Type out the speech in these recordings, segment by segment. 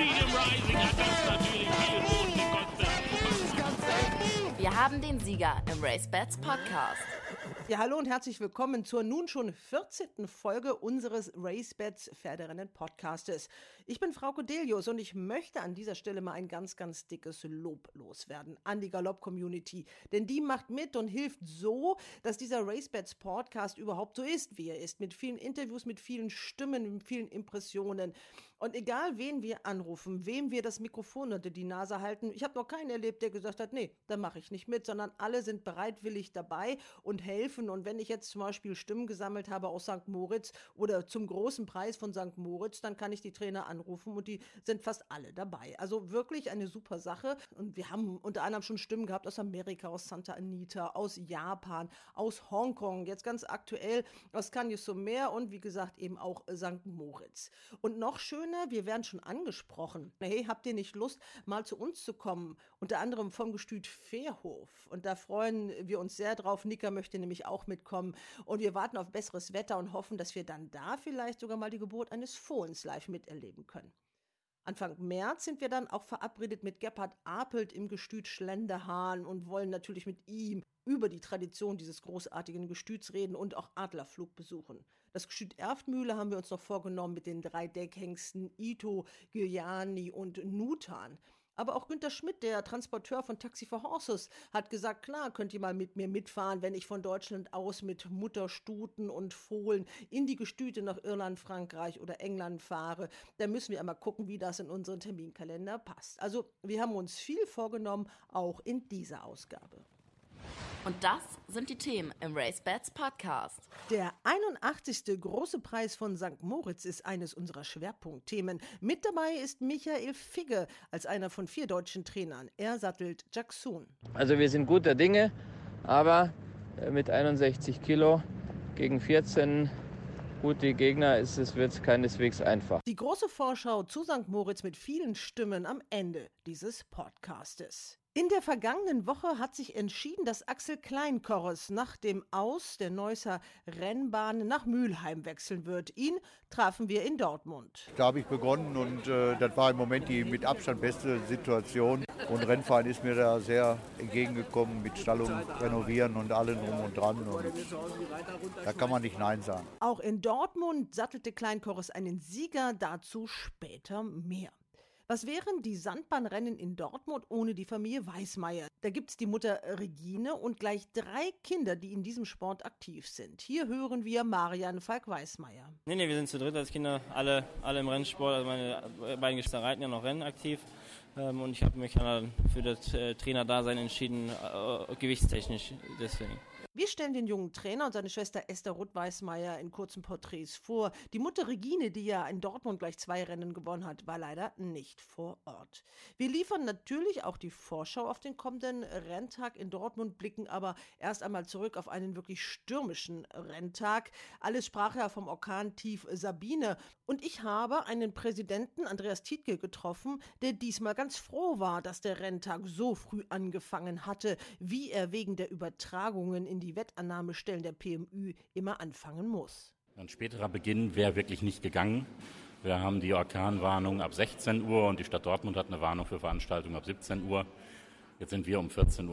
Freedom Rising hat das natürlich viel Boden gekostet. Wir haben den Sieger im RaceBets Podcast. Ja, hallo und herzlich willkommen zur nun schon 14. Folge unseres RaceBets Pferderennen-Podcastes. Ich bin Frauke Delius und ich möchte an dieser Stelle mal ein ganz, ganz dickes Lob loswerden an die Galopp-Community. Denn die macht mit und hilft so, dass dieser RaceBets Podcast überhaupt so ist, wie er ist. Mit vielen Interviews, mit vielen Stimmen, mit vielen Impressionen. Und egal, wen wir anrufen, wem wir das Mikrofon unter die Nase halten, ich habe noch keinen erlebt, der gesagt hat, nee, da mache ich nicht mit, sondern alle sind bereitwillig dabei und helfen. Und wenn ich jetzt zum Beispiel Stimmen gesammelt habe aus St. Moritz oder zum großen Preis von St. Moritz, dann kann ich die Trainer anrufen und die sind fast alle dabei. Also wirklich eine super Sache. Und wir haben unter anderem schon Stimmen gehabt aus Amerika, aus Santa Anita, aus Japan, aus Hongkong, jetzt ganz aktuell aus Cagnes-sur-Mer und wie gesagt eben auch St. Moritz. Und noch schöner, wir werden schon angesprochen. Hey, habt ihr nicht Lust, mal zu uns zu kommen? Unter anderem vom Gestüt Fairhof. Und da freuen wir uns sehr drauf. Nika möchte nämlich auch mitkommen. Und wir warten auf besseres Wetter und hoffen, dass wir dann da vielleicht sogar mal die Geburt eines Fohlens live miterleben können. Anfang März sind wir dann auch verabredet mit Gebhard Apelt im Gestüt Schlenderhahn und wollen natürlich mit ihm über die Tradition dieses großartigen Gestüts reden und auch Adlerflug besuchen. Das Gestüt Erftmühle haben wir uns noch vorgenommen mit den 3 Deckhengsten Ito, Giuliani und Nutan. Aber auch Günter Schmidt, der Transporteur von Taxi for Horses, hat gesagt, klar, könnt ihr mal mit mir mitfahren, wenn ich von Deutschland aus mit Mutterstuten und Fohlen in die Gestüte nach Irland, Frankreich oder England fahre. Da müssen wir einmal gucken, wie das in unseren Terminkalender passt. Also wir haben uns viel vorgenommen, auch in dieser Ausgabe. Und das sind die Themen im RaceBets Podcast. Der 81. Große Preis von St. Moritz ist eines unserer Schwerpunktthemen. Mit dabei ist Michael Figge als einer von 4 deutschen Trainern. Er sattelt Jackson. Also wir sind guter Dinge, aber mit 61 Kilo gegen 14 gute Gegner wird es keineswegs einfach. Die große Vorschau zu St. Moritz mit vielen Stimmen am Ende dieses Podcastes. In der vergangenen Woche hat sich entschieden, dass Axel Kleinkorres nach dem Aus der Neusser Rennbahn nach Mülheim wechseln wird. Ihn trafen wir in Dortmund. Da habe ich begonnen und das war im Moment die mit Abstand beste Situation. Und Rennverein ist mir da sehr entgegengekommen mit Stallung, Renovieren und allem drum und dran. Und da kann man nicht Nein sagen. Auch in Dortmund sattelte Kleinkorres einen Sieger, dazu später mehr. Was wären die Sandbahnrennen in Dortmund ohne die Familie Weismeier? Da gibt's die Mutter Regine und gleich 3 Kinder, die in diesem Sport aktiv sind. Hier hören wir Marian Falk-Weismeier. Nee, wir sind zu dritt als Kinder, alle im Rennsport. Also meine beiden Geschwister reiten ja noch Rennen aktiv. Und ich habe mich dann für das Trainerdasein entschieden, gewichtstechnisch deswegen. Wir stellen den jungen Trainer und seine Schwester Esther Rutt-Weismeier in kurzen Porträts vor. Die Mutter Regine, die ja in Dortmund gleich 2 Rennen gewonnen hat, war leider nicht vor Ort. Wir liefern natürlich auch die Vorschau auf den kommenden Renntag in Dortmund, blicken aber erst einmal zurück auf einen wirklich stürmischen Renntag. Alles sprach ja vom Orkantief Sabine. Und ich habe einen Präsidenten, Andreas Tietke, getroffen, der diesmal ganz froh war, dass der Renntag so früh angefangen hatte, wie er wegen der Übertragungen in die Wettannahmestellen der PMÜ immer anfangen muss. Ein späterer Beginn wäre wirklich nicht gegangen. Wir haben die Orkanwarnung ab 16 Uhr und die Stadt Dortmund hat eine Warnung für Veranstaltungen ab 17 Uhr. Jetzt sind wir um 14:30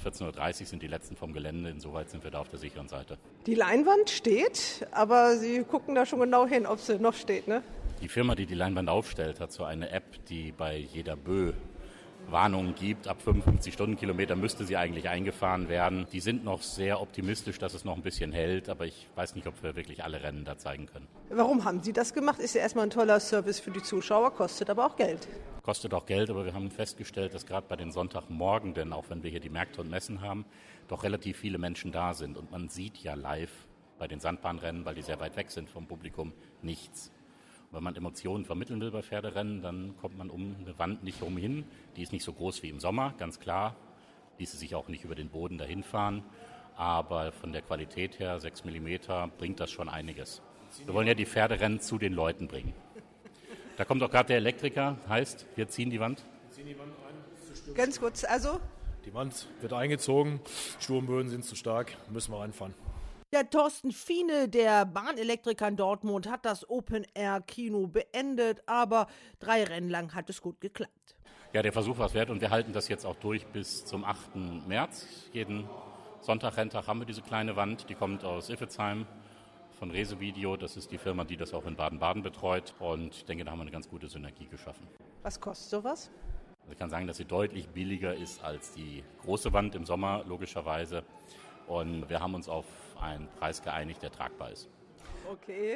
Uhr sind die letzten vom Gelände. Insoweit sind wir da auf der sicheren Seite. Die Leinwand steht, aber Sie gucken da schon genau hin, ob sie noch steht, ne? Die Firma, die Leinwand aufstellt, hat so eine App, die bei jeder Bö Warnungen gibt. Ab 55 Stundenkilometer müsste sie eigentlich eingefahren werden. Die sind noch sehr optimistisch, dass es noch ein bisschen hält, aber ich weiß nicht, ob wir wirklich alle Rennen da zeigen können. Warum haben Sie das gemacht? Ist ja erstmal ein toller Service für die Zuschauer, kostet aber auch Geld. Kostet auch Geld, aber wir haben festgestellt, dass gerade bei den Sonntagmorgenden, auch wenn wir hier die Märkte und Messen haben, doch relativ viele Menschen da sind. Und man sieht ja live bei den Sandbahnrennen, weil die sehr weit weg sind vom Publikum, nichts. Wenn man Emotionen vermitteln will bei Pferderennen, dann kommt man um eine Wand nicht rumhin. Die ist nicht so groß wie im Sommer, ganz klar. Ließe sich auch nicht über den Boden dahin fahren. Aber von der Qualität her, 6 mm, bringt das schon einiges. Wir wollen ja die Pferderennen zu den Leuten bringen. Da kommt auch gerade der Elektriker, heißt, wir ziehen die Wand. Wir ziehen die Wand ein. Ganz kurz, also? Die Wand wird eingezogen, Sturmböden sind zu stark, müssen wir reinfahren. Ja, Thorsten Fiene, der Bahnelektriker in Dortmund, hat das Open-Air-Kino beendet, aber 3 Rennen lang hat es gut geklappt. Ja, der Versuch war es wert und wir halten das jetzt auch durch bis zum 8. März. Jeden Sonntag, Renntag haben wir diese kleine Wand, die kommt aus Iffezheim von Resevideo. Das ist die Firma, die das auch in Baden-Baden betreut und ich denke, da haben wir eine ganz gute Synergie geschaffen. Was kostet sowas? Ich kann sagen, dass sie deutlich billiger ist als die große Wand im Sommer, logischerweise. Und wir haben uns auf einen Preis geeinigt, der tragbar ist. Okay.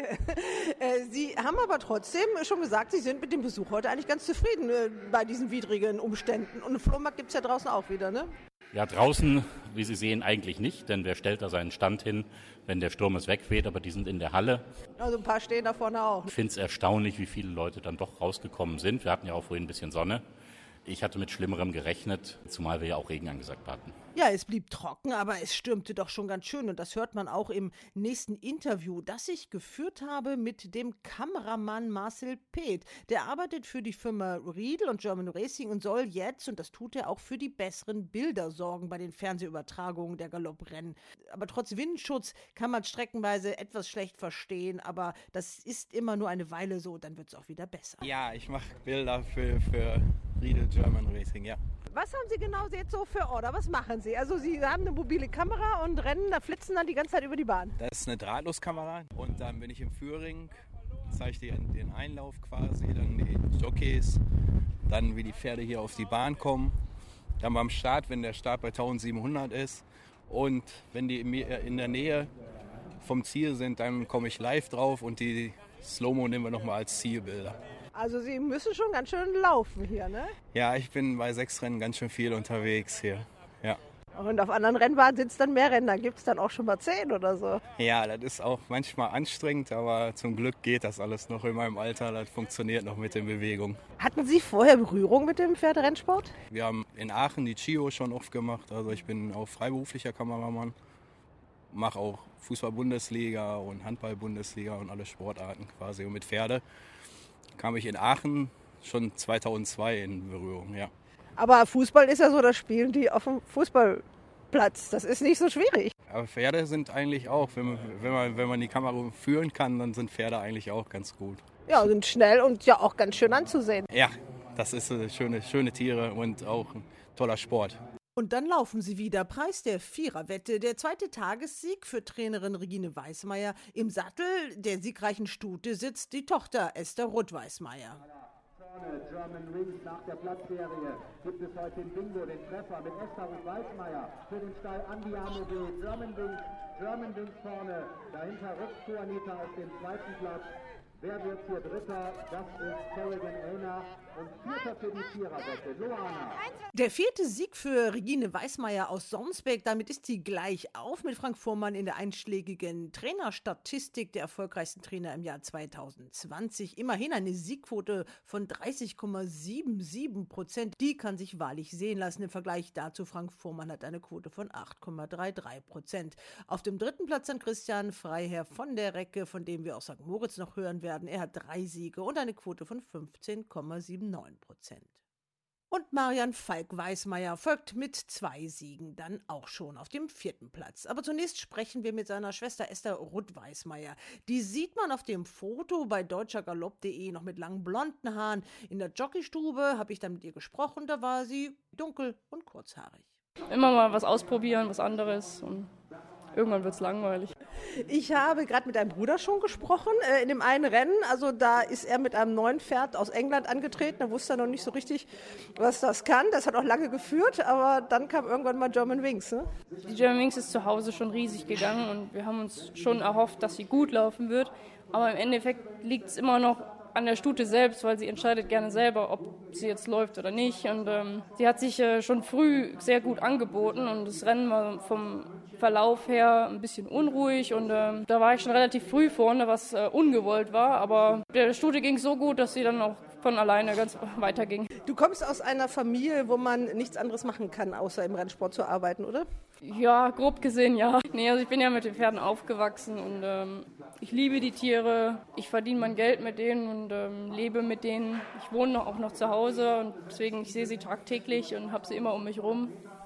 Sie haben aber trotzdem schon gesagt, Sie sind mit dem Besuch heute eigentlich ganz zufrieden bei diesen widrigen Umständen. Und einen Flohmarkt gibt es ja draußen auch wieder, ne? Ja, draußen, wie Sie sehen, eigentlich nicht, denn wer stellt da seinen Stand hin, wenn der Sturm es wegweht, aber die sind in der Halle. Also ein paar stehen da vorne auch. Ich finde es erstaunlich, wie viele Leute dann doch rausgekommen sind. Wir hatten ja auch vorhin ein bisschen Sonne. Ich hatte mit Schlimmerem gerechnet, zumal wir ja auch Regen angesagt hatten. Ja, es blieb trocken, aber es stürmte doch schon ganz schön. Und das hört man auch im nächsten Interview, das ich geführt habe mit dem Kameramann Marcel Peth. Der arbeitet für die Firma Riedel und German Racing und soll jetzt, und das tut er auch, für die besseren Bilder sorgen bei den Fernsehübertragungen der Galopprennen. Aber trotz Windschutz kann man streckenweise etwas schlecht verstehen, aber das ist immer nur eine Weile so, dann wird es auch wieder besser. Ja, ich mache Bilder für Riedel German Racing, ja. Was haben Sie genau jetzt so für Order? Was machen Sie? Also Sie haben eine mobile Kamera und rennen, da flitzen dann die ganze Zeit über die Bahn. Das ist eine Drahtloskamera und dann bin ich im Führring, zeige dir den Einlauf quasi, dann die Jockeys, dann wie die Pferde hier auf die Bahn kommen, dann beim Start, wenn der Start bei 1700 ist und wenn die in der Nähe vom Ziel sind, dann komme ich live drauf und die Slow-Mo nehmen wir nochmal als Zielbilder. Also Sie müssen schon ganz schön laufen hier, ne? Ja, ich bin bei 6 Rennen ganz schön viel unterwegs hier, ja. Und auf anderen Rennbahnen sind es dann mehr Rennen, da gibt es dann auch schon mal 10 oder so. Ja, das ist auch manchmal anstrengend, aber zum Glück geht das alles noch in meinem Alter, das funktioniert noch mit den Bewegungen. Hatten Sie vorher Berührung mit dem Pferderennsport? Wir haben in Aachen die CIO schon oft gemacht, also ich bin auch freiberuflicher Kameramann, mache auch Fußball-Bundesliga und Handball-Bundesliga und alle Sportarten quasi. Und mit Pferde kam ich in Aachen schon 2002 in Berührung, ja. Aber Fußball ist ja so, das spielen die auf dem Fußballplatz. Das ist nicht so schwierig. Aber Pferde sind eigentlich auch, wenn man die Kamera führen kann, dann sind Pferde eigentlich auch ganz gut. Ja, sind schnell und ja auch ganz schön anzusehen. Ja, das ist schöne Tiere und auch ein toller Sport. Und dann laufen sie wieder. Preis der Viererwette. Der 2. Tagessieg für Trainerin Regine Weißmeier. Im Sattel der siegreichen Stute sitzt die Tochter Esther Rutt-Weißmeier. German Wings nach der Platzserie gibt es heute den Bingo, den Treffer mit Esther Rutt-Weißmeier für den Stall Andiamo Bild. German Wings vorne, dahinter rückt Juanita auf dem 2. Platz. Wer wird hier Dritter? Das ist Kerrigan Elner und 4. für die Viererwette, Luana. Der 4. Sieg für Regine Weißmeier aus Sonsbeck. Damit ist sie gleich auf mit Frank Fuhrmann in der einschlägigen Trainerstatistik der erfolgreichsten Trainer im Jahr 2020. Immerhin eine Siegquote von 30,77%. Die kann sich wahrlich sehen lassen. Im Vergleich dazu, Frank Fuhrmann hat eine Quote von 8,33%. Auf dem 3. Platz dann Christian Freiherr von der Recke, von dem wir aus St. Moritz noch hören werden. Er hat 3 Siege und eine Quote von 15,79%. Und Marian Falk-Weißmeier folgt mit 2 Siegen dann auch schon auf dem 4. Platz. Aber zunächst sprechen wir mit seiner Schwester Esther Rutt-Weißmeier. Die sieht man auf dem Foto bei deutschergalopp.de noch mit langen blonden Haaren. In der Jockeystube habe ich dann mit ihr gesprochen, da war sie dunkel und kurzhaarig. Immer mal was ausprobieren, was anderes und irgendwann wird es langweilig. Ich habe gerade mit deinem Bruder schon gesprochen, in dem einen Rennen. Also da ist er mit einem neuen Pferd aus England angetreten. Da wusste er noch nicht so richtig, was das kann. Das hat auch lange geführt, aber dann kam irgendwann mal German Wings. Ne? Die German Wings ist zu Hause schon riesig gegangen und wir haben uns schon erhofft, dass sie gut laufen wird. Aber im Endeffekt liegt es immer noch an der Stute selbst, weil sie entscheidet gerne selber, ob sie jetzt läuft oder nicht. Und sie hat sich schon früh sehr gut angeboten und das Rennen war vom Verlauf her ein bisschen unruhig und da war ich schon relativ früh vorne, was ungewollt war. Aber der Stute ging so gut, dass sie dann auch von alleine ganz weiter ging. Du kommst aus einer Familie, wo man nichts anderes machen kann, außer im Rennsport zu arbeiten, oder? Ja, grob gesehen ja. Nee, also ich bin ja mit den Pferden aufgewachsen und ich liebe die Tiere. Ich verdiene mein Geld mit denen und lebe mit denen. Ich wohne auch noch zu Hause und deswegen ich sehe sie tagtäglich und habe sie immer um mich rum.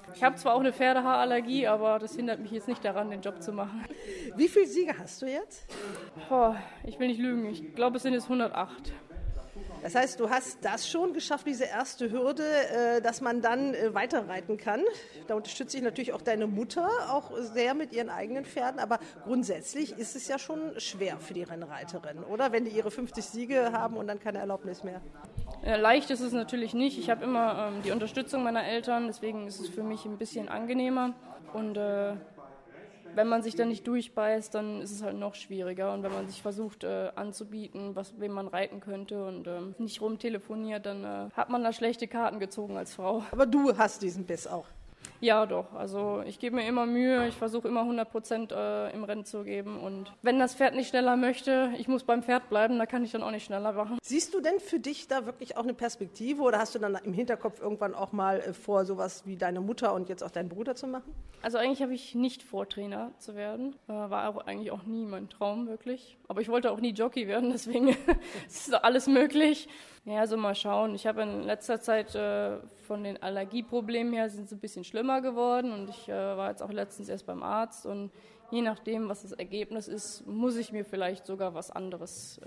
Ich habe zwar auch eine Pferdehaarallergie, aber das hindert mich jetzt nicht daran, den Job zu machen. Wie viele Siege hast du jetzt? Ich will nicht lügen, ich glaube, es sind jetzt 108. Das heißt, du hast das schon geschafft, diese erste Hürde, dass man dann weiterreiten kann. Da unterstütze ich natürlich auch deine Mutter auch sehr mit ihren eigenen Pferden. Aber grundsätzlich ist es ja schon schwer für die Rennreiterin, oder? Wenn die ihre 50 Siege haben und dann keine Erlaubnis mehr. Leicht ist es natürlich nicht. Ich habe immer die Unterstützung meiner Eltern, deswegen ist es für mich ein bisschen angenehmer. Und wenn man sich dann nicht durchbeißt, dann ist es halt noch schwieriger. Und wenn man sich versucht anzubieten, wem man reiten könnte und nicht rumtelefoniert, dann hat man da schlechte Karten gezogen als Frau. Aber du hast diesen Biss auch. Ja, doch. Also ich gebe mir immer Mühe, ich versuche immer 100% im Rennen zu geben. Und wenn das Pferd nicht schneller möchte, ich muss beim Pferd bleiben, da kann ich dann auch nicht schneller machen. Siehst du denn für dich da wirklich auch eine Perspektive oder hast du dann im Hinterkopf irgendwann auch mal vor, sowas wie deine Mutter und jetzt auch deinen Bruder zu machen? Also eigentlich habe ich nicht vor, Trainer zu werden. War auch eigentlich auch nie mein Traum, wirklich. Aber ich wollte auch nie Jockey werden, deswegen ist alles möglich. Ja, also mal schauen. Ich habe in letzter Zeit von den Allergieproblemen her sind sie ein bisschen schlimmer geworden und ich war jetzt auch letztens erst beim Arzt und je nachdem, was das Ergebnis ist, muss ich mir vielleicht sogar was anderes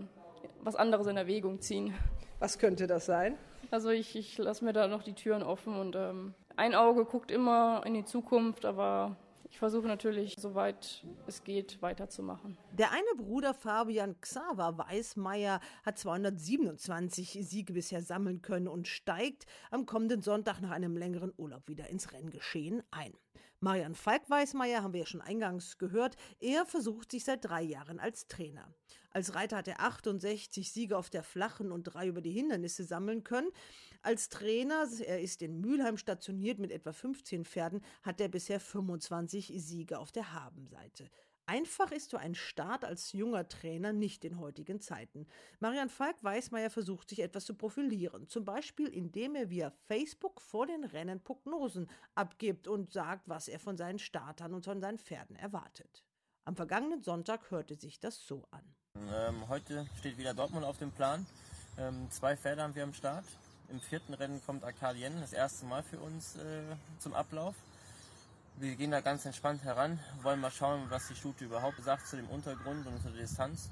in Erwägung ziehen. Was könnte das sein? Also ich lasse mir da noch die Türen offen und ein Auge guckt immer in die Zukunft, aber ich versuche natürlich, soweit es geht, weiterzumachen. Der eine Bruder Fabian Xaver Weismeier hat 227 Siege bisher sammeln können und steigt am kommenden Sonntag nach einem längeren Urlaub wieder ins Renngeschehen ein. Marian Falk Weismeier haben wir ja schon eingangs gehört. Er versucht sich seit 3 Jahren als Trainer. Als Reiter hat er 68 Siege auf der Flachen und 3 über die Hindernisse sammeln können. Als Trainer, er ist in Mülheim stationiert mit etwa 15 Pferden, hat er bisher 25 Siege auf der Habenseite. Einfach ist so ein Start als junger Trainer nicht in heutigen Zeiten. Marian Falk Weismeier versucht sich etwas zu profilieren, zum Beispiel indem er via Facebook vor den Rennen Prognosen abgibt und sagt, was er von seinen Startern und von seinen Pferden erwartet. Am vergangenen Sonntag hörte sich das so an. Heute steht wieder Dortmund auf dem Plan. 2 Pferde haben wir am Start. Im 4. Rennen kommt Acadien, das erste Mal für uns zum Ablauf. Wir gehen da ganz entspannt heran, wollen mal schauen, was die Stute überhaupt sagt zu dem Untergrund und zu der Distanz.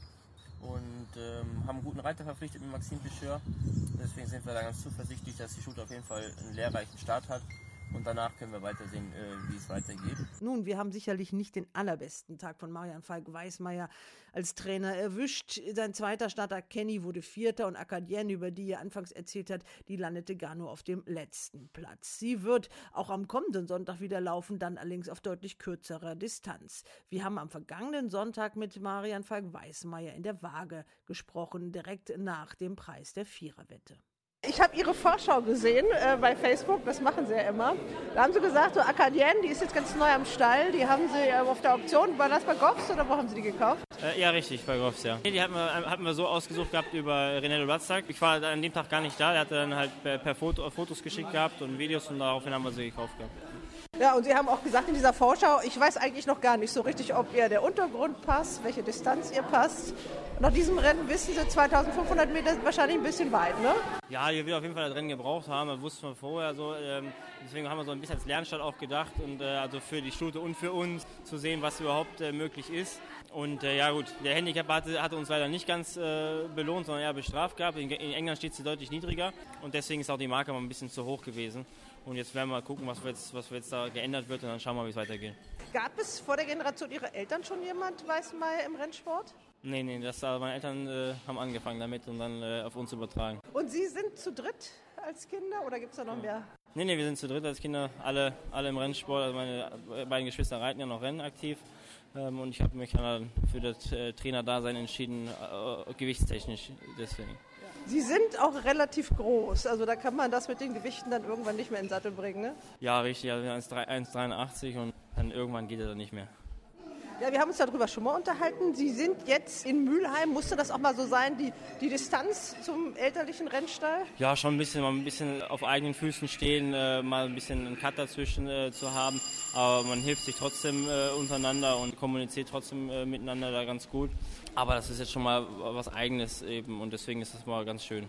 Und haben einen guten Reiter verpflichtet mit Maxime Picheur. Deswegen sind wir da ganz zuversichtlich, dass die Stute auf jeden Fall einen lehrreichen Start hat. Und danach können wir weitersehen, wie es weitergeht. Nun, wir haben sicherlich nicht den allerbesten Tag von Marian Falk Weismeier als Trainer erwischt. Sein zweiter Starter Kenny wurde 4. und Acadienne, über die er anfangs erzählt hat, die landete gar nur auf dem letzten Platz. Sie wird auch am kommenden Sonntag wieder laufen, dann allerdings auf deutlich kürzerer Distanz. Wir haben am vergangenen Sonntag mit Marian Falk Weismeier in der Waage gesprochen, direkt nach dem Preis der Viererwette. Ich habe Ihre Vorschau gesehen bei Facebook, das machen Sie ja immer. Da haben Sie gesagt, so Acadienne, die ist jetzt ganz neu am Stall, die haben Sie auf der Auktion, war das bei Goffs oder wo haben Sie die gekauft? Ja, richtig, bei Goffs, ja. Die hatten wir so ausgesucht gehabt über René Blatztag. Ich war an dem Tag gar nicht da, der hatte dann halt per Fotos geschickt gehabt und Videos und daraufhin haben wir sie gekauft gehabt. Ja, und Sie haben auch gesagt in dieser Vorschau, ich weiß eigentlich noch gar nicht so richtig, ob ihr der Untergrund passt, welche Distanz ihr passt. Nach diesem Rennen wissen Sie, 2500 Meter sind wahrscheinlich ein bisschen weit, ne? Ja, wir werden auf jeden Fall das Rennen gebraucht haben, das wussten wir vorher so. Deswegen haben wir so ein bisschen als Lernstart auch gedacht und also für die Stute und für uns zu sehen, was überhaupt möglich ist. Und ja gut, der Handicap hatte uns leider nicht ganz belohnt, sondern eher bestraft gehabt. In England steht sie deutlich niedriger und deswegen ist auch die Marke mal ein bisschen zu hoch gewesen. Und jetzt werden wir mal gucken, was jetzt da geändert wird und dann schauen wir, wie es weitergeht. Gab es vor der Generation Ihrer Eltern schon jemand, Weismeier, im Rennsport? Nee, meine Eltern haben angefangen damit und dann auf uns übertragen. Und Sie sind zu dritt als Kinder oder gibt es da noch mehr? Nee, wir sind zu dritt als Kinder, alle im Rennsport. Also meine beiden Geschwister reiten ja noch Rennen aktiv. Und ich habe mich dann für das Trainerdasein entschieden, gewichtstechnisch deswegen. Sie sind auch relativ groß, also da kann man das mit den Gewichten dann irgendwann nicht mehr in den Sattel bringen, ne? Ja, richtig, also 1,83 und dann irgendwann geht er dann nicht mehr. Ja, wir haben uns darüber schon mal unterhalten. Sie sind jetzt in Mülheim. Musste das auch mal so sein, die Distanz zum elterlichen Rennstall? Ja, schon mal ein bisschen auf eigenen Füßen stehen, mal ein bisschen einen Cut dazwischen zu haben. Aber man hilft sich trotzdem untereinander und kommuniziert trotzdem miteinander da ganz gut. Aber das ist jetzt schon mal was Eigenes eben und deswegen ist das mal ganz schön.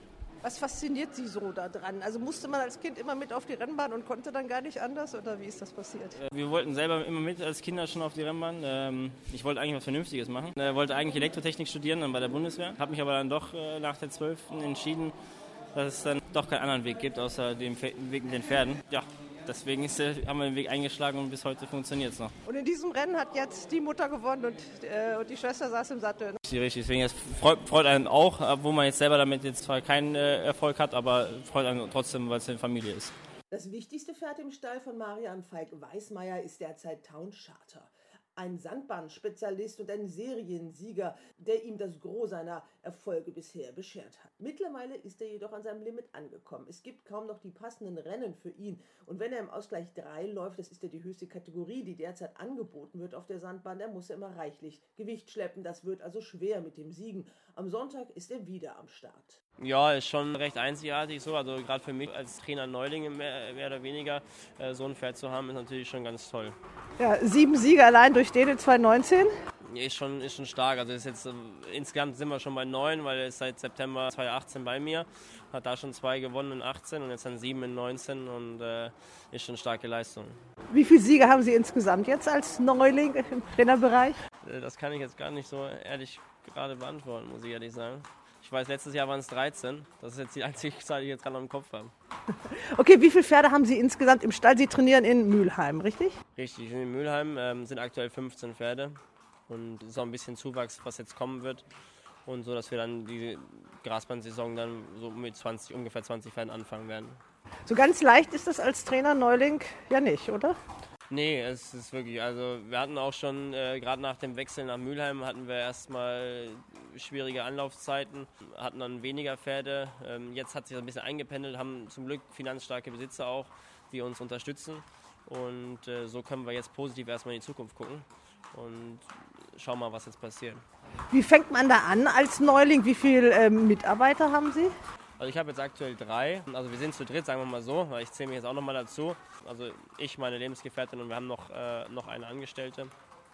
Was fasziniert Sie so daran? Also musste man als Kind immer mit auf die Rennbahn und konnte dann gar nicht anders oder wie ist das passiert? Wir wollten selber immer mit als Kinder schon auf die Rennbahn. Ich wollte eigentlich was Vernünftiges machen. Wollte eigentlich Elektrotechnik studieren dann bei der Bundeswehr. Habe mich aber dann doch nach der 12. entschieden, dass es dann doch keinen anderen Weg gibt, außer dem Weg mit den Pferden. Ja, deswegen haben wir den Weg eingeschlagen und bis heute funktioniert es noch. Und in diesem Rennen hat jetzt die Mutter gewonnen und die Schwester saß im Sattel. Richtig, deswegen es freut einen auch, obwohl man jetzt selber damit jetzt zwar keinen Erfolg hat, aber freut einen trotzdem, weil es eine Familie ist. Das wichtigste Pferd im Stall von Marian Falk-Weismeier ist derzeit Town Charter. Ein Sandbahnspezialist und ein Seriensieger, der ihm das Gros seiner Erfolge bisher beschert hat. Mittlerweile ist er jedoch an seinem Limit angekommen. Es gibt kaum noch die passenden Rennen für ihn. Und wenn er im Ausgleich 3 läuft, das ist ja die höchste Kategorie, die derzeit angeboten wird auf der Sandbahn, dann muss er immer reichlich Gewicht schleppen. Das wird also schwer mit dem Siegen. Am Sonntag ist er wieder am Start. Ja, ist schon recht einzigartig so. Also gerade für mich als Trainer Neulinge mehr oder weniger so ein Pferd zu haben, ist natürlich schon ganz toll. Ja, 7 Siege allein durch Dene 2019. Ist schon stark. Also ist jetzt, insgesamt sind wir schon bei 9, weil er ist seit September 2018 bei mir. Hat da schon 2 gewonnen in 18 und jetzt dann 7 in 19 und ist schon eine starke Leistung. Wie viele Siege haben Sie insgesamt jetzt als Neuling im Trainerbereich? Das kann ich jetzt gar nicht so ehrlich gerade beantworten, muss ich ehrlich sagen. Ich weiß, letztes Jahr waren es 13. Das ist jetzt die einzige Zahl, die ich jetzt gerade im Kopf habe. Okay, wie viele Pferde haben Sie insgesamt im Stall? Sie trainieren in Mülheim, richtig? Richtig, in Mülheim sind aktuell 15 Pferde. Und es ist auch ein bisschen Zuwachs, was jetzt kommen wird. Und so, dass wir dann die Grasbandsaison dann so mit ungefähr 20 Pferden anfangen werden. So ganz leicht ist das als Trainer Neuling ja nicht, oder? Nee, es ist wirklich, also wir hatten auch schon, gerade nach dem Wechsel nach Mülheim hatten wir erstmal schwierige Anlaufzeiten, hatten dann weniger Pferde. Jetzt hat sich das ein bisschen eingependelt, haben zum Glück finanzstarke Besitzer auch, die uns unterstützen. Und so können wir jetzt positiv erstmal in die Zukunft gucken und schauen mal, was jetzt passiert. Wie fängt man da an als Neuling? Wie viele Mitarbeiter haben Sie? Also ich habe jetzt aktuell 3, also wir sind zu dritt, sagen wir mal so, weil ich zähle mich jetzt auch nochmal dazu. Also ich, meine Lebensgefährtin und wir haben noch eine Angestellte.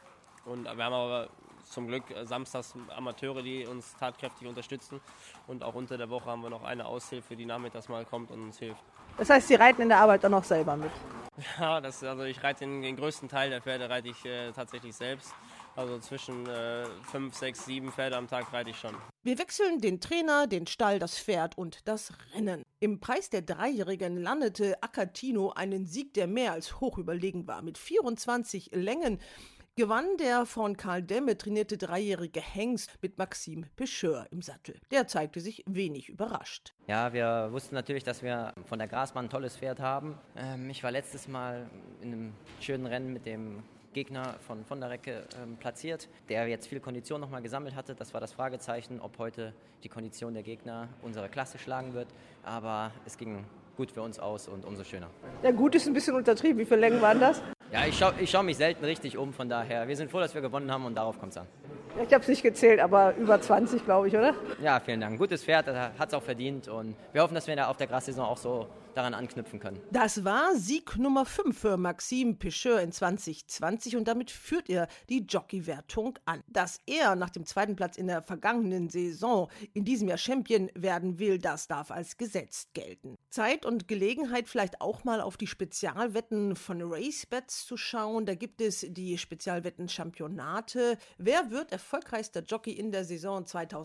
Und wir haben aber zum Glück samstags Amateure, die uns tatkräftig unterstützen. Und auch unter der Woche haben wir noch eine Aushilfe, die nachmittags mal kommt und uns hilft. Das heißt, Sie reiten in der Arbeit dann auch selber mit? Ja, also ich reite den größten Teil der Pferde reite ich tatsächlich selbst. Also zwischen 5, 6, 7 Pferde am Tag reite ich schon. Wir wechseln den Trainer, den Stall, das Pferd und das Rennen. Im Preis der Dreijährigen landete Acatino einen Sieg, der mehr als hoch überlegen war. Mit 24 Längen gewann der von Karl Demme trainierte dreijährige Hengst mit Maxime Pecheur im Sattel. Der zeigte sich wenig überrascht. Ja, wir wussten natürlich, dass wir von der Grasbahn ein tolles Pferd haben. Ich war letztes Mal in einem schönen Rennen mit dem Gegner von der Recke platziert, der jetzt viel Kondition nochmal gesammelt hatte. Das war das Fragezeichen, ob heute die Kondition der Gegner unsere Klasse schlagen wird. Aber es ging gut für uns aus und umso schöner. Ja, gut ist ein bisschen untertrieben. Wie viele Längen waren das? Ja, ich schau mich selten richtig um, von daher. Wir sind froh, dass wir gewonnen haben und darauf kommt es an. Ja, ich habe es nicht gezählt, aber über 20, glaube ich, oder? Ja, vielen Dank. Gutes Pferd, hat es auch verdient und wir hoffen, dass wir auf der Grassaison auch so daran anknüpfen können. Das war Sieg Nummer 5 für Maxime Pecheur in 2020 und damit führt er die Jockeywertung an. Dass er nach dem 2. Platz in der vergangenen Saison in diesem Jahr Champion werden will, das darf als gesetzt gelten. Zeit und Gelegenheit vielleicht auch mal auf die Spezialwetten von RaceBets zu schauen. Da gibt es die Spezialwetten-Championate. Wer wird erfolgreichster Jockey in der Saison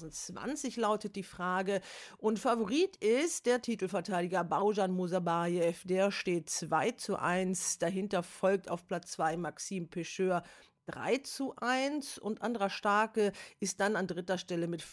2020, lautet die Frage. Und Favorit ist der Titelverteidiger Baujan Musabayev, der steht 2:1. Dahinter folgt auf Platz 2 Maxime Pecheur 3:1 und Andra Starke ist dann an 3. Stelle mit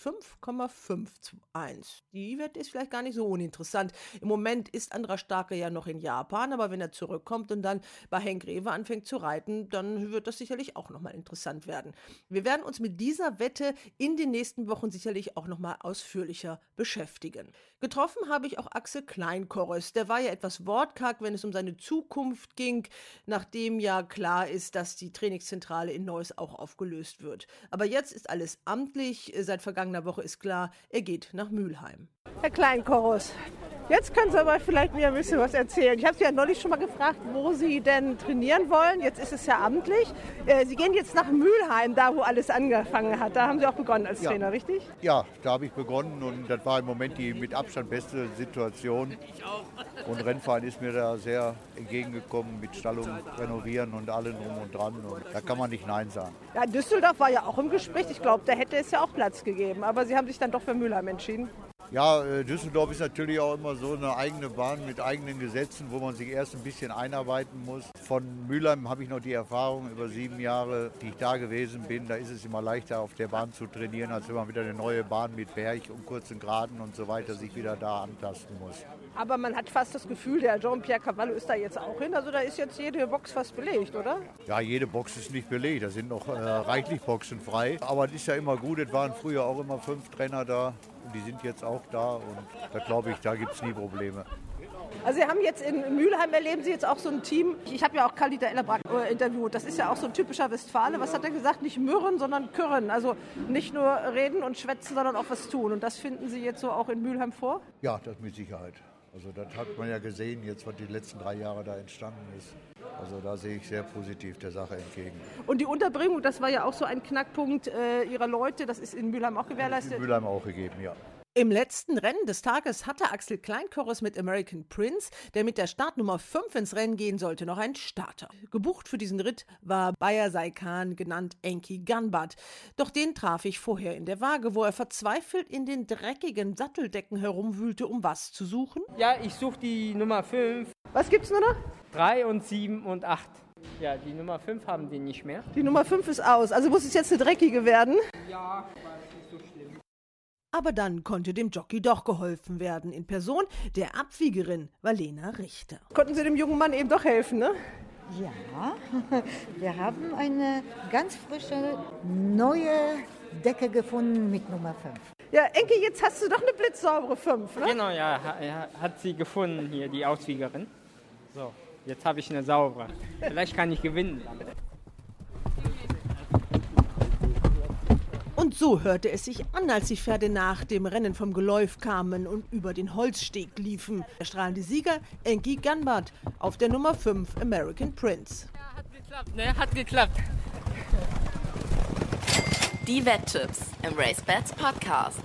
5,5:1. Die Wette ist vielleicht gar nicht so uninteressant. Im Moment ist Andra Starke ja noch in Japan, aber wenn er zurückkommt und dann bei Henk Rewe anfängt zu reiten, dann wird das sicherlich auch nochmal interessant werden. Wir werden uns mit dieser Wette in den nächsten Wochen sicherlich auch nochmal ausführlicher beschäftigen. Getroffen habe ich auch Axel Kleinkorres. Der war ja etwas wortkarg, wenn es um seine Zukunft ging, nachdem ja klar ist, dass die Trainingszentrale in Neuss auch aufgelöst wird. Aber jetzt ist alles amtlich. Seit vergangener Woche ist klar, er geht nach Mülheim. Herr Kleinkorres, Jetzt können Sie aber vielleicht mir ein bisschen was erzählen. Ich habe Sie ja neulich schon mal gefragt, wo Sie denn trainieren wollen. Jetzt ist es ja amtlich. Sie gehen jetzt nach Mülheim, da wo alles angefangen hat. Da haben Sie auch begonnen als Trainer, richtig? Ja, da habe ich begonnen und das war im Moment die mit Abstand beste Situation. Und Rennverein ist mir da sehr entgegengekommen mit Stallung, Renovieren und allem drum und dran. Und da kann man nicht Nein sagen. Ja, Düsseldorf war ja auch im Gespräch. Ich glaube, da hätte es ja auch Platz gegeben. Aber Sie haben sich dann doch für Mülheim entschieden. Ja, Düsseldorf ist natürlich auch immer so eine eigene Bahn mit eigenen Gesetzen, wo man sich erst ein bisschen einarbeiten muss. Von Mülheim habe ich noch die Erfahrung über 7 Jahre, die ich da gewesen bin. Da ist es immer leichter, auf der Bahn zu trainieren, als wenn man wieder eine neue Bahn mit Berg und kurzen Geraden und so weiter sich wieder da antasten muss. Aber man hat fast das Gefühl, der Jean-Pierre Cavallo ist da jetzt auch hin. Also da ist jetzt jede Box fast belegt, oder? Ja, jede Box ist nicht belegt. Da sind noch reichlich Boxen frei. Aber es ist ja immer gut. Es waren früher auch immer 5 Trainer da. Und die sind jetzt auch da. Und da glaube ich, da gibt es nie Probleme. Also Sie haben jetzt in Mülheim, erleben Sie jetzt auch so ein Team. Ich habe ja auch Karl-Dieter Ellerbrack interviewt. Das ist ja auch so ein typischer Westfale. Was hat er gesagt? Nicht mürren, sondern kürren. Also nicht nur reden und schwätzen, sondern auch was tun. Und das finden Sie jetzt so auch in Mülheim vor? Ja, das mit Sicherheit. Also das hat man ja gesehen, jetzt was die letzten 3 Jahre da entstanden ist. Also da sehe ich sehr positiv der Sache entgegen. Und die Unterbringung, das war ja auch so ein Knackpunkt Ihrer Leute. Das ist in Mülheim auch gewährleistet? Das ist in Mülheim auch gegeben, ja. Im letzten Rennen des Tages hatte Axel Kleinkörres mit American Prince, der mit der Startnummer 5 ins Rennen gehen sollte, noch einen Starter. Gebucht für diesen Ritt war Bayer Saikan, genannt Enki Ganbart. Doch den traf ich vorher in der Waage, wo er verzweifelt in den dreckigen Satteldecken herumwühlte, um was zu suchen. Ja, ich suche die Nummer 5. Was gibt's nur noch? 3 und 7 und 8. Ja, die Nummer 5 haben die nicht mehr. Die Nummer 5 ist aus, also muss es jetzt eine dreckige werden? Ja, war nicht so schlimm. Aber dann konnte dem Jockey doch geholfen werden, in Person der Abwiegerin Valena Richter. Konnten Sie dem jungen Mann eben doch helfen, ne? Ja, wir haben eine ganz frische, neue Decke gefunden mit Nummer 5. Ja, Enki, jetzt hast du doch eine blitzsaubere 5, ne? Genau, ja, hat sie gefunden hier, die Auswiegerin. So, jetzt habe ich eine saubere. Vielleicht kann ich gewinnen dann. Und so hörte es sich an, als die Pferde nach dem Rennen vom Geläuf kamen und über den Holzsteg liefen. Der strahlende Sieger, Enki Ganbart, auf der Nummer 5 American Prince. Ja, hat geklappt, ne? Hat geklappt. Die Wetttipps im RaceBets Podcast.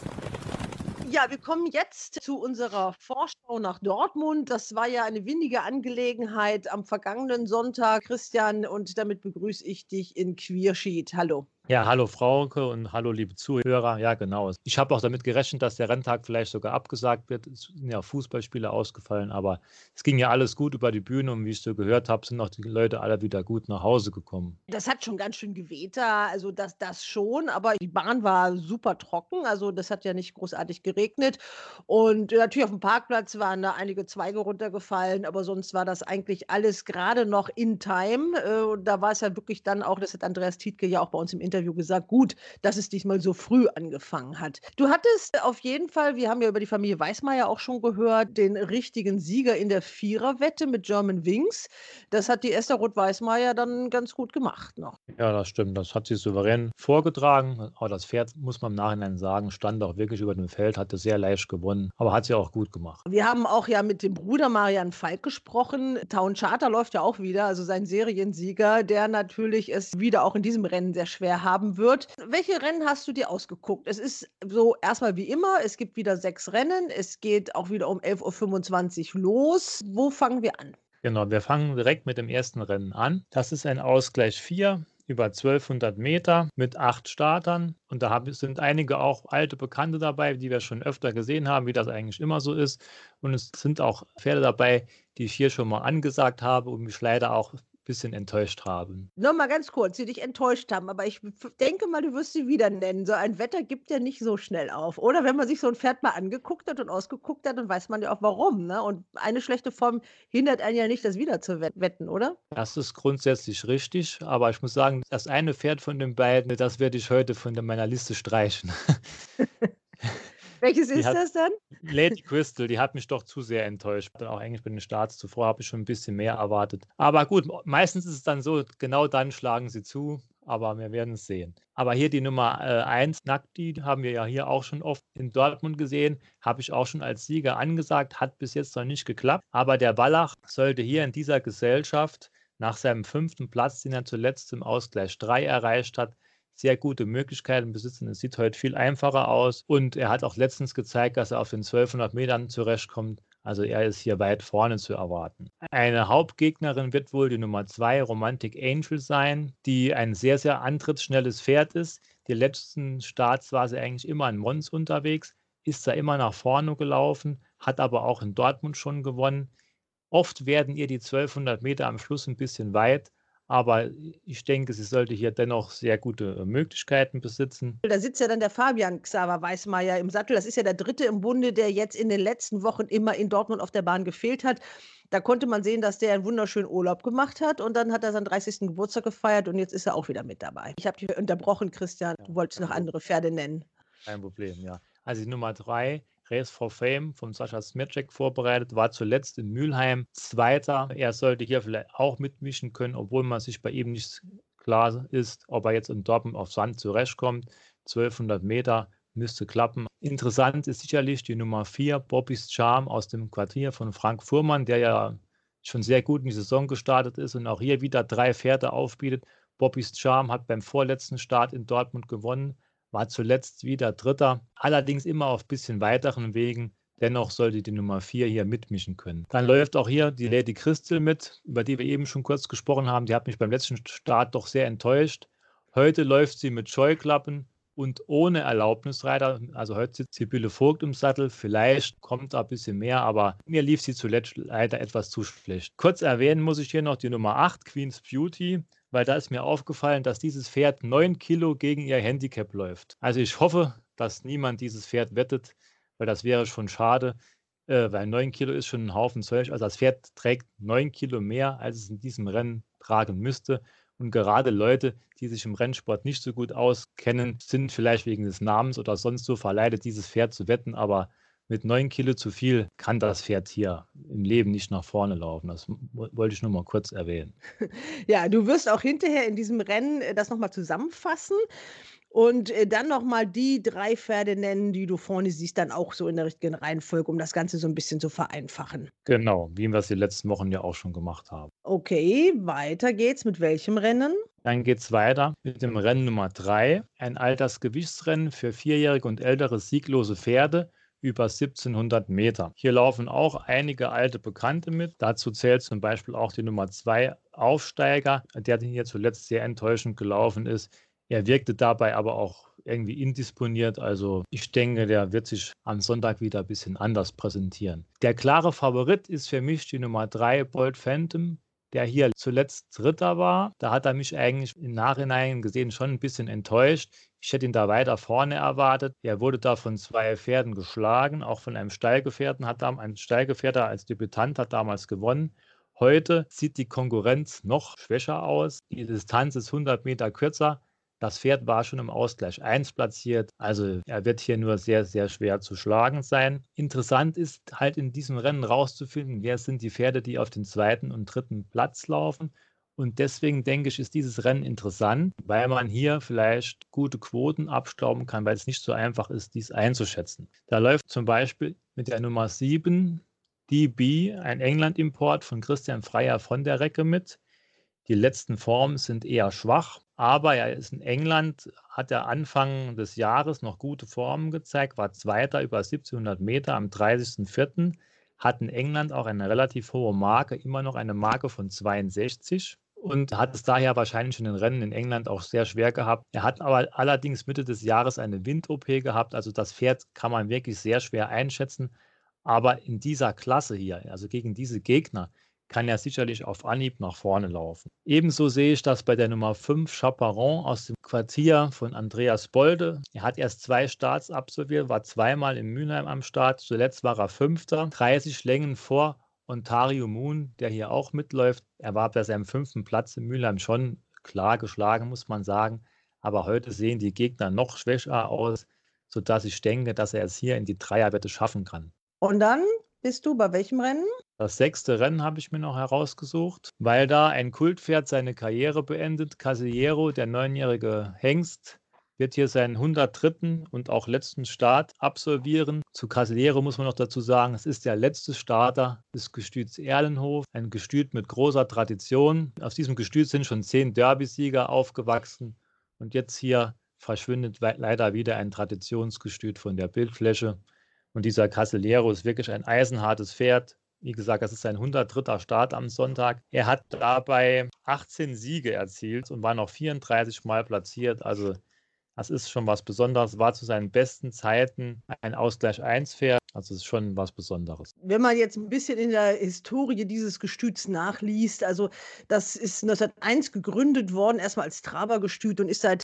Ja, wir kommen jetzt zu unserer Vorschau nach Dortmund. Das war ja eine windige Angelegenheit am vergangenen Sonntag, Christian, und damit begrüße ich dich in Quierschied. Hallo. Ja, hallo Frauke und hallo liebe Zuhörer. Ja, genau. Ich habe auch damit gerechnet, dass der Renntag vielleicht sogar abgesagt wird. Es sind ja Fußballspiele ausgefallen, aber es ging ja alles gut über die Bühne und wie ich so gehört habe, sind auch die Leute alle wieder gut nach Hause gekommen. Das hat schon ganz schön geweht da, also das schon, aber die Bahn war super trocken, also das hat ja nicht großartig geregnet und natürlich auf dem Parkplatz waren da einige Zweige runtergefallen, aber sonst war das eigentlich alles gerade noch in time und da war es ja wirklich dann auch, das hat Andreas Tietke ja auch bei uns im Interview gesagt, gut, dass es diesmal so früh angefangen hat. Du hattest auf jeden Fall, wir haben ja über die Familie Weismeier auch schon gehört, den richtigen Sieger in der Viererwette mit German Wings. Das hat die Esther Roth-Weismeier dann ganz gut gemacht noch. Ja, das stimmt. Das hat sie souverän vorgetragen. Aber das Pferd, muss man im Nachhinein sagen, stand auch wirklich über dem Feld, hatte sehr leicht gewonnen, aber hat sie auch gut gemacht. Wir haben auch ja mit dem Bruder Marian Falk gesprochen. Town Charter läuft ja auch wieder, also sein Seriensieger, der natürlich es wieder auch in diesem Rennen sehr schwer haben wird. Welche Rennen hast du dir ausgeguckt? Es ist so erstmal wie immer, es gibt wieder 6 Rennen, es geht auch wieder um 11.25 Uhr los. Wo fangen wir an? Genau, wir fangen direkt mit dem ersten Rennen an. Das ist ein Ausgleich 4 über 1200 Meter mit 8 Startern. Und da sind einige auch alte Bekannte dabei, die wir schon öfter gesehen haben, wie das eigentlich immer so ist. Und es sind auch Pferde dabei, die ich hier schon mal angesagt habe und mich leider auch bisschen enttäuscht haben. Nur mal ganz kurz, die dich enttäuscht haben, aber ich denke mal, du wirst sie wieder nennen. So ein Wetter gibt ja nicht so schnell auf, oder? Wenn man sich so ein Pferd mal angeguckt hat und ausgeguckt hat, dann weiß man ja auch warum, ne? Und eine schlechte Form hindert einen ja nicht, das wieder zu wetten, oder? Das ist grundsätzlich richtig, aber ich muss sagen, das eine Pferd von den beiden, das werde ich heute von meiner Liste streichen. Welches ist das dann? Lady Crystal, die hat mich doch zu sehr enttäuscht. Auch eigentlich bei den Starts zuvor habe ich schon ein bisschen mehr erwartet. Aber gut, meistens ist es dann so, genau dann schlagen sie zu. aber wir werden es sehen. Aber hier die Nummer 1, Nagdi, die haben wir ja hier auch schon oft in Dortmund gesehen, habe ich auch schon als Sieger angesagt, hat bis jetzt noch nicht geklappt. Aber der Wallach sollte hier in dieser Gesellschaft nach seinem 5. Platz, den er zuletzt im Ausgleich 3 erreicht hat, sehr gute Möglichkeiten besitzen. Es sieht heute viel einfacher aus und er hat auch letztens gezeigt, dass er auf den 1200 Metern zurechtkommt. Also er ist hier weit vorne zu erwarten. Eine Hauptgegnerin wird wohl die Nummer 2 Romantic Angel sein, die ein sehr, sehr antrittsschnelles Pferd ist. Die letzten Starts war sie eigentlich immer in Mons unterwegs, ist da immer nach vorne gelaufen, hat aber auch in Dortmund schon gewonnen. Oft werden ihr die 1200 Meter am Schluss ein bisschen weit, aber ich denke, sie sollte hier dennoch sehr gute Möglichkeiten besitzen. Da sitzt ja dann der Fabian Xaver Weismeier im Sattel. Das ist ja der dritte im Bunde, der jetzt in den letzten Wochen immer in Dortmund auf der Bahn gefehlt hat. Da konnte man sehen, dass der einen wunderschönen Urlaub gemacht hat und dann hat er seinen 30. Geburtstag gefeiert und jetzt ist er auch wieder mit dabei. Ich habe dich unterbrochen, Christian. Du wolltest noch andere Pferde nennen. Kein Problem, ja. Also die Nummer 3, Race for Fame von Sascha Smircek vorbereitet, war zuletzt in Mülheim Zweiter. Er sollte hier vielleicht auch mitmischen können, obwohl man sich bei ihm nicht klar ist, ob er jetzt in Dortmund auf Sand zurechtkommt. 1200 Meter müsste klappen. Interessant ist sicherlich die Nummer 4, Bobby's Charm aus dem Quartier von Frank Fuhrmann, der ja schon sehr gut in die Saison gestartet ist und auch hier wieder 3 Pferde aufbietet. Bobby's Charm hat beim vorletzten Start in Dortmund gewonnen, war zuletzt wieder Dritter, allerdings immer auf ein bisschen weiteren Wegen. Dennoch sollte die Nummer 4 hier mitmischen können. Dann läuft auch hier die Lady Crystal mit, über die wir eben schon kurz gesprochen haben. Die hat mich beim letzten Start doch sehr enttäuscht. Heute läuft sie mit Scheuklappen und ohne Erlaubnisreiter. Also heute sitzt Sibylle Vogt im Sattel. Vielleicht kommt da ein bisschen mehr, aber mir lief sie zuletzt leider etwas zu schlecht. Kurz erwähnen muss ich hier noch die Nummer 8, Queen's Beauty, weil da ist mir aufgefallen, dass dieses Pferd 9 Kilo gegen ihr Handicap läuft. Also ich hoffe, dass niemand dieses Pferd wettet, weil das wäre schon schade, weil 9 Kilo ist schon ein Haufen Zeug. Also das Pferd trägt 9 Kilo mehr, als es in diesem Rennen tragen müsste. Und gerade Leute, die sich im Rennsport nicht so gut auskennen, sind vielleicht wegen des Namens oder sonst so verleitet, dieses Pferd zu wetten, aber mit 9 Kilo zu viel kann das Pferd hier im Leben nicht nach vorne laufen. Das wollte ich nur mal kurz erwähnen. Ja, du wirst auch hinterher in diesem Rennen das nochmal zusammenfassen und dann nochmal die 3 Pferde nennen, die du vorne siehst, dann auch so in der richtigen Reihenfolge, um das Ganze so ein bisschen zu vereinfachen. Genau, wie wir es die letzten Wochen ja auch schon gemacht haben. Okay, weiter geht's. Mit welchem Rennen? Dann geht es weiter mit dem Rennen Nummer 3, ein Altersgewichtsrennen für 4-jährige und ältere sieglose Pferde über 1700 Meter. Hier laufen auch einige alte Bekannte mit. Dazu zählt zum Beispiel auch die Nummer 2 Aufsteiger, der hier zuletzt sehr enttäuschend gelaufen ist. Er wirkte dabei aber auch irgendwie indisponiert. Also ich denke, der wird sich am Sonntag wieder ein bisschen anders präsentieren. Der klare Favorit ist für mich die Nummer 3 Bold Phantom, der hier zuletzt Dritter war. Da hat er mich eigentlich im Nachhinein gesehen schon ein bisschen enttäuscht. Ich hätte ihn da weiter vorne erwartet. Er wurde da von 2 Pferden geschlagen, auch von einem Stallgefährten. Ein Stallgefährte als Debütant hat damals gewonnen. Heute sieht die Konkurrenz noch schwächer aus. Die Distanz ist 100 Meter kürzer. Das Pferd war schon im Ausgleich 1 platziert. Also er wird hier nur sehr, sehr schwer zu schlagen sein. Interessant ist halt in diesem Rennen rauszufinden, wer sind die Pferde, die auf den 2. und 3. Platz laufen. Und deswegen denke ich, ist dieses Rennen interessant, weil man hier vielleicht gute Quoten abstauben kann, weil es nicht so einfach ist, dies einzuschätzen. Da läuft zum Beispiel mit der Nummer 7 DB, ein England-Import von Christian Freier von der Recke mit. Die letzten Formen sind eher schwach, aber er ist in England, hat er Anfang des Jahres noch gute Formen gezeigt, war Zweiter über 1700 Meter am 30.04., hat in England auch eine relativ hohe Marke, immer noch eine Marke von 62 und hat es daher wahrscheinlich in den Rennen in England auch sehr schwer gehabt. Er hat aber allerdings Mitte des Jahres eine Wind-OP gehabt, also das Pferd kann man wirklich sehr schwer einschätzen, aber in dieser Klasse hier, also gegen diese Gegner, kann er sicherlich auf Anhieb nach vorne laufen. Ebenso sehe ich das bei der Nummer 5 Chaperon aus dem Quartier von Andreas Bolde. Er hat erst 2 Starts absolviert, war zweimal in Mülheim am Start. Zuletzt war er 5. 30 Längen vor Ontario Moon, der hier auch mitläuft. Er war bei seinem 5. Platz in Mülheim schon klar geschlagen, muss man sagen. Aber heute sehen die Gegner noch schwächer aus, sodass ich denke, dass er es hier in die Dreierwette schaffen kann. Und dann bist du bei welchem Rennen? Das 6. Rennen habe ich mir noch herausgesucht, weil da ein Kultpferd seine Karriere beendet. Casillero, der 9-jährige Hengst, wird hier seinen 103. und auch letzten Start absolvieren. Zu Casillero muss man noch dazu sagen, es ist der letzte Starter des Gestüts Erlenhof, ein Gestüt mit großer Tradition. Aus diesem Gestüt sind schon 10 Derbysieger aufgewachsen und jetzt hier verschwindet leider wieder ein Traditionsgestüt von der Bildfläche. Und dieser Casillero ist wirklich ein eisenhartes Pferd. Wie gesagt, das ist sein 103. Start am Sonntag. Er hat dabei 18 Siege erzielt und war noch 34 Mal platziert. Also das ist schon was Besonderes. War zu seinen besten Zeiten ein Ausgleich-1-Pferd. Also es ist schon was Besonderes. Wenn man jetzt ein bisschen in der Historie dieses Gestüts nachliest, also das ist 1901 gegründet worden, erstmal als Trabergestüt und ist seit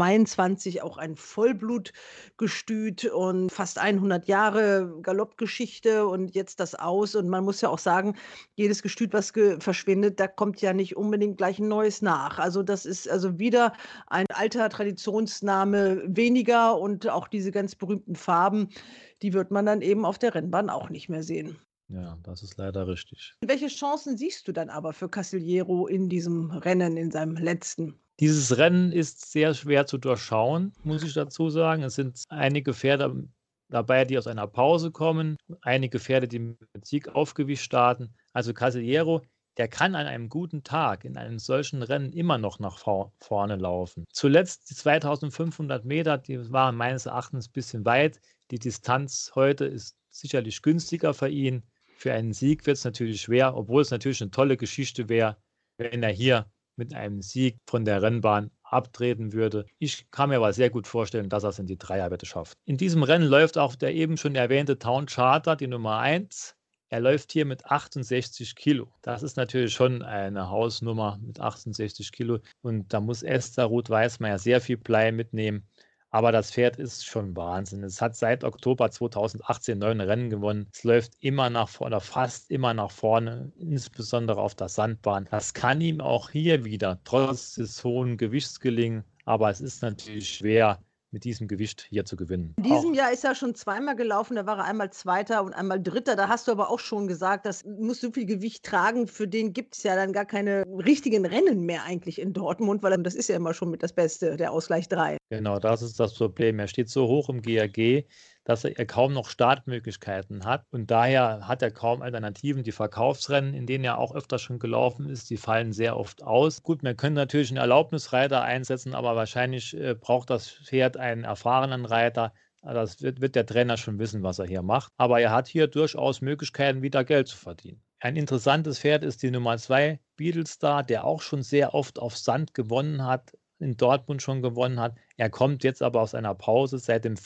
1922 auch ein Vollblutgestüt und fast 100 Jahre Galoppgeschichte und jetzt das Aus. Und man muss ja auch sagen, jedes Gestüt, was verschwindet, da kommt ja nicht unbedingt gleich ein neues nach. Also das ist also wieder ein alter Traditionsname weniger und auch diese ganz berühmten Farben, die wird man dann eben auf der Rennbahn auch nicht mehr sehen. Ja, das ist leider richtig. Welche Chancen siehst du dann aber für Casillero in diesem Rennen, in seinem letzten? Dieses Rennen ist sehr schwer zu durchschauen, muss ich dazu sagen. Es sind einige Pferde dabei, die aus einer Pause kommen, einige Pferde, die mit Sieg aufgewischt starten. Also Casillero, der kann an einem guten Tag in einem solchen Rennen immer noch nach vorne laufen. Zuletzt die 2500 Meter, die waren meines Erachtens ein bisschen weit. Die Distanz heute ist sicherlich günstiger für ihn. Für einen Sieg wird es natürlich schwer, obwohl es natürlich eine tolle Geschichte wäre, wenn er hier mit einem Sieg von der Rennbahn abtreten würde. Ich kann mir aber sehr gut vorstellen, dass er es in die Dreierwette schafft. In diesem Rennen läuft auch der eben schon erwähnte Town Charter, die Nummer 1. Er läuft hier mit 68 Kilo. Das ist natürlich schon eine Hausnummer mit 68 Kilo. Und da muss Esther Ruth Weißmeier sehr viel Blei mitnehmen. Aber das Pferd ist schon Wahnsinn. Es hat seit Oktober 2018 9 Rennen gewonnen. Es läuft immer nach vorne, oder fast immer nach vorne, insbesondere auf der Sandbahn. Das kann ihm auch hier wieder trotz des hohen Gewichts gelingen. Aber es ist natürlich schwer, mit diesem Gewicht hier zu gewinnen. In diesem Jahr ist er schon zweimal gelaufen, da war er einmal Zweiter und einmal Dritter. Da hast du aber auch schon gesagt, das muss so viel Gewicht tragen, für den gibt es ja dann gar keine richtigen Rennen mehr eigentlich in Dortmund, weil das ist ja immer schon mit das Beste, der Ausgleich 3. Genau, das ist das Problem. Er steht so hoch im GRG, dass er kaum noch Startmöglichkeiten hat und daher hat er kaum Alternativen. Die Verkaufsrennen, in denen er auch öfter schon gelaufen ist, die fallen sehr oft aus. Gut, man könnte natürlich einen Erlaubnisreiter einsetzen, aber wahrscheinlich braucht das Pferd einen erfahrenen Reiter. Das wird der Trainer schon wissen, was er hier macht. Aber er hat hier durchaus Möglichkeiten, wieder Geld zu verdienen. Ein interessantes Pferd ist die Nummer 2, Beetlestar, der auch schon sehr oft auf Sand gewonnen hat, in Dortmund schon gewonnen hat. Er kommt jetzt aber aus einer Pause seit dem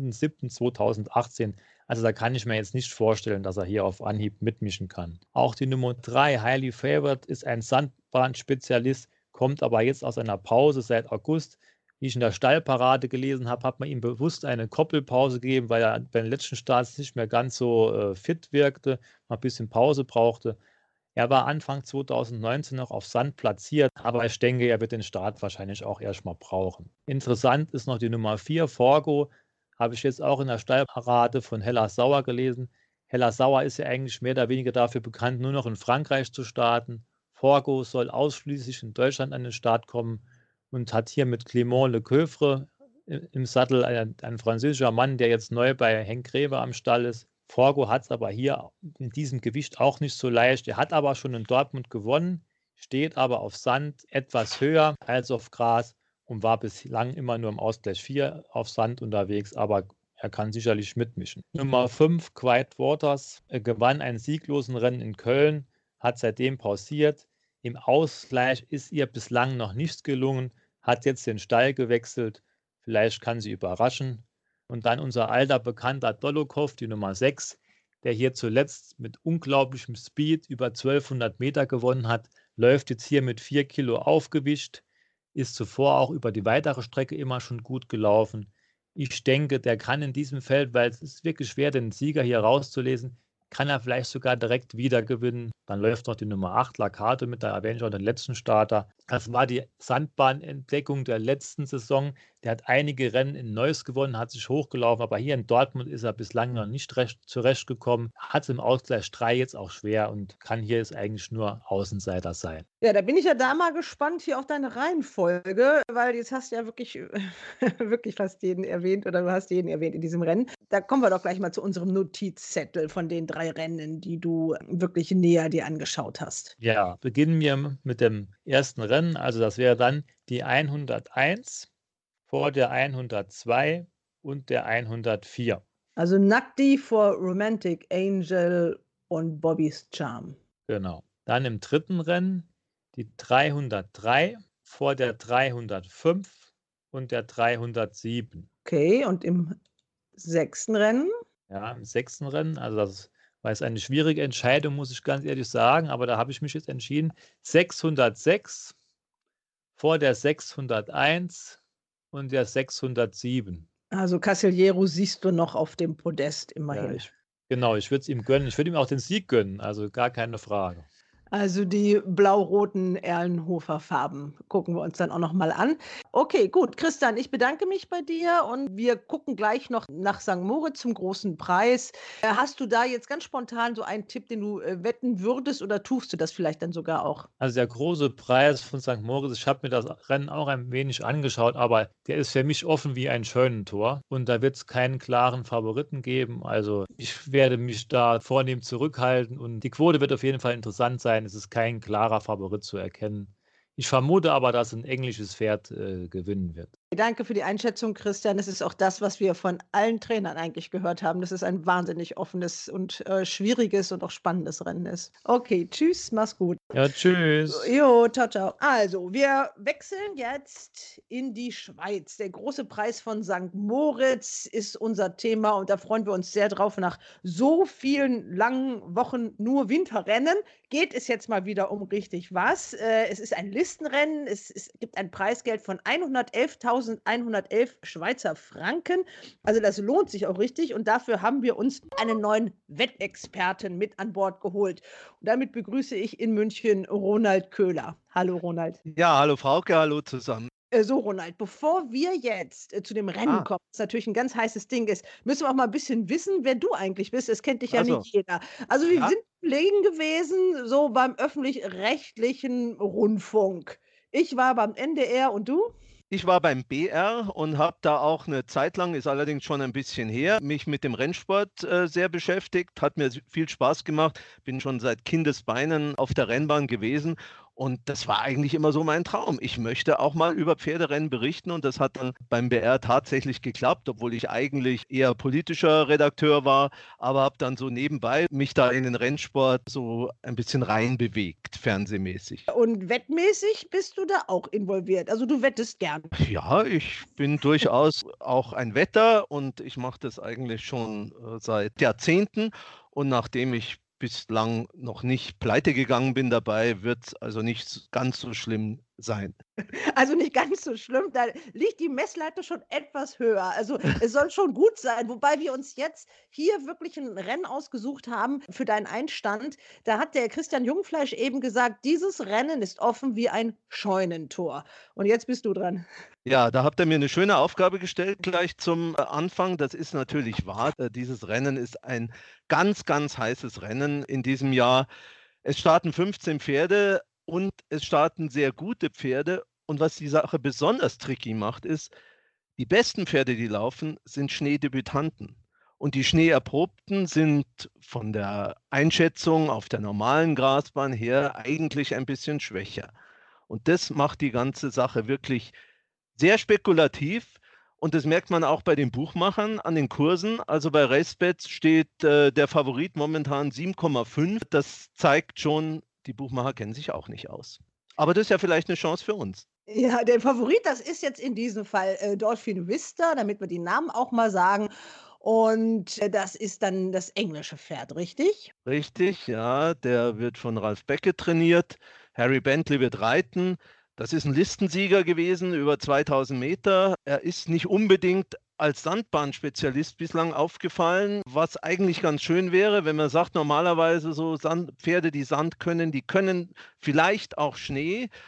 15.07.2018. Also da kann ich mir jetzt nicht vorstellen, dass er hier auf Anhieb mitmischen kann. Auch die Nummer 3, Highly Favored, ist ein Sandbahnspezialist, kommt aber jetzt aus einer Pause seit August. Wie ich in der Stallparade gelesen habe, hat man ihm bewusst eine Koppelpause gegeben, weil er bei den letzten Starts nicht mehr ganz so fit wirkte, mal ein bisschen Pause brauchte. Er war Anfang 2019 noch auf Sand platziert, aber ich denke, er wird den Start wahrscheinlich auch erstmal brauchen. Interessant ist noch die Nummer 4, Forgo, habe ich jetzt auch in der Stallparade von Hellas Sauer gelesen. Hellas Sauer ist ja eigentlich mehr oder weniger dafür bekannt, nur noch in Frankreich zu starten. Forgo soll ausschließlich in Deutschland an den Start kommen und hat hier mit Clément Lecoeuvre im Sattel ein französischer Mann, der jetzt neu bei Henk Greve am Stall ist. Forgo hat es aber hier in diesem Gewicht auch nicht so leicht. Er hat aber schon in Dortmund gewonnen, steht aber auf Sand etwas höher als auf Gras und war bislang immer nur im Ausgleich 4 auf Sand unterwegs, aber er kann sicherlich mitmischen. Nummer 5, Quiet Waters, gewann einen sieglosen Rennen in Köln, hat seitdem pausiert. Im Ausgleich ist ihr bislang noch nichts gelungen, hat jetzt den Stall gewechselt. Vielleicht kann sie überraschen. Und dann unser alter Bekannter Dolokhov, die Nummer 6, der hier zuletzt mit unglaublichem Speed über 1200 Meter gewonnen hat, läuft jetzt hier mit 4 Kilo aufgewischt, ist zuvor auch über die weitere Strecke immer schon gut gelaufen. Ich denke, der kann in diesem Feld, weil es ist wirklich schwer, den Sieger hier rauszulesen, kann er vielleicht sogar direkt wieder gewinnen. Dann läuft noch die Nummer 8, Lakato mit, da erwähne ich auch den letzten Starter. Das war die Sandbahnentdeckung der letzten Saison. Der hat einige Rennen in Neuss gewonnen, hat sich hochgelaufen, aber hier in Dortmund ist er bislang noch nicht zurechtgekommen. Hat es im Ausgleich 3 jetzt auch schwer und kann hier jetzt eigentlich nur Außenseiter sein. Ja, da bin ich ja da mal gespannt hier auf deine Reihenfolge, weil jetzt hast du ja wirklich, wirklich fast jeden erwähnt oder du hast jeden erwähnt in diesem Rennen. Da kommen wir doch gleich mal zu unserem Notizzettel von den 3 Rennen, die du wirklich näher dir angeschaut hast. Ja, beginnen wir mit dem ersten Rennen. Also das wäre dann die 101 vor der 102 und der 104. Also Nagdi vor Romantic Angel und Bobby's Charm. Genau. Dann im dritten Rennen die 303 vor der 305 und der 307. Okay, und im 6. Rennen? Ja, im 6. Rennen, also das war jetzt eine schwierige Entscheidung, muss ich ganz ehrlich sagen, aber da habe ich mich jetzt entschieden, 606 vor der 601 und der 607. Also Cavaliero siehst du noch auf dem Podest immerhin. Ja, ich würde es ihm gönnen. Ich würde ihm auch den Sieg gönnen, also gar keine Frage. Also die blau-roten Erlenhofer-Farben gucken wir uns dann auch noch mal an. Okay, gut. Christian, ich bedanke mich bei dir und wir gucken gleich noch nach St. Moritz zum großen Preis. Hast du da jetzt ganz spontan so einen Tipp, den du wetten würdest oder tust du das vielleicht dann sogar auch? Also der große Preis von St. Moritz, ich habe mir das Rennen auch ein wenig angeschaut, aber der ist für mich offen wie ein Scheunentor und da wird es keinen klaren Favoriten geben. Also ich werde mich da vornehm zurückhalten und die Quote wird auf jeden Fall interessant sein. Es ist kein klarer Favorit zu erkennen. Ich vermute aber, dass ein englisches Pferd gewinnen wird. Danke für die Einschätzung, Christian. Das ist auch das, was wir von allen Trainern eigentlich gehört haben, dass es ein wahnsinnig offenes und schwieriges und auch spannendes Rennen ist. Okay, tschüss, mach's gut. Ja, tschüss. Jo, ciao, ciao. Also, wir wechseln jetzt in die Schweiz. Der große Preis von St. Moritz ist unser Thema und da freuen wir uns sehr drauf. Nach so vielen langen Wochen nur Winterrennen geht es jetzt mal wieder um richtig was. Es ist ein Listenrennen. Es gibt ein Preisgeld von 111.111 Schweizer Franken. Also das lohnt sich auch richtig und dafür haben wir uns einen neuen Wettexperten mit an Bord geholt. Und damit begrüße ich in München Ronald Köhler. Hallo Ronald. Ja, hallo Frauke, hallo zusammen. So Ronald, bevor wir jetzt zu dem Rennen kommen, das natürlich ein ganz heißes Ding ist, müssen wir auch mal ein bisschen wissen, wer du eigentlich bist. Es kennt dich ja nicht jeder. Also wir sind Kollegen gewesen, so beim öffentlich-rechtlichen Rundfunk. Ich war beim NDR und du? Ich war beim BR und habe da auch eine Zeit lang, ist allerdings schon ein bisschen her, mich mit dem Rennsport sehr beschäftigt. Hat mir viel Spaß gemacht. Bin schon seit Kindesbeinen auf der Rennbahn gewesen. Und das war eigentlich immer so mein Traum. Ich möchte auch mal über Pferderennen berichten und das hat dann beim BR tatsächlich geklappt, obwohl ich eigentlich eher politischer Redakteur war, aber habe dann so nebenbei mich da in den Rennsport so ein bisschen reinbewegt, fernsehmäßig. Und wettmäßig bist du da auch involviert? Also du wettest gern? Ja, ich bin durchaus auch ein Wetter und ich mache das eigentlich schon seit Jahrzehnten und nachdem ich bislang noch nicht pleite gegangen bin dabei, wird es also nicht ganz so schlimm sein. Also nicht ganz so schlimm, da liegt die Messlatte schon etwas höher. Also es soll schon gut sein, wobei wir uns jetzt hier wirklich ein Rennen ausgesucht haben für deinen Einstand. Da hat der Christian Jungfleisch eben gesagt, dieses Rennen ist offen wie ein Scheunentor. Und jetzt bist du dran. Ja, da habt ihr mir eine schöne Aufgabe gestellt gleich zum Anfang. Das ist natürlich wahr. Dieses Rennen ist ein ganz, ganz heißes Rennen in diesem Jahr. Es starten 15 Pferde und es starten sehr gute Pferde. Und was die Sache besonders tricky macht, ist, die besten Pferde, die laufen, sind Schneedebütanten. Und die Schneeerprobten sind von der Einschätzung auf der normalen Grasbahn her eigentlich ein bisschen schwächer. Und das macht die ganze Sache wirklich sehr spekulativ. Und das merkt man auch bei den Buchmachern an den Kursen. Also bei RaceBets steht der Favorit momentan 7,5. Das zeigt schon, die Buchmacher kennen sich auch nicht aus. Aber das ist ja vielleicht eine Chance für uns. Ja, der Favorit, das ist jetzt in diesem Fall Dolphin Vista, damit wir die Namen auch mal sagen. Und das ist dann das englische Pferd, richtig? Richtig, ja. Der wird von Ralph Beckett trainiert. Harry Bentley wird reiten. Das ist ein Listensieger gewesen, über 2000 Meter. Er ist nicht unbedingt als Sandbahnspezialist bislang aufgefallen, was eigentlich ganz schön wäre, wenn man sagt, normalerweise so Pferde, die Sand können, die können vielleicht auch Schnee,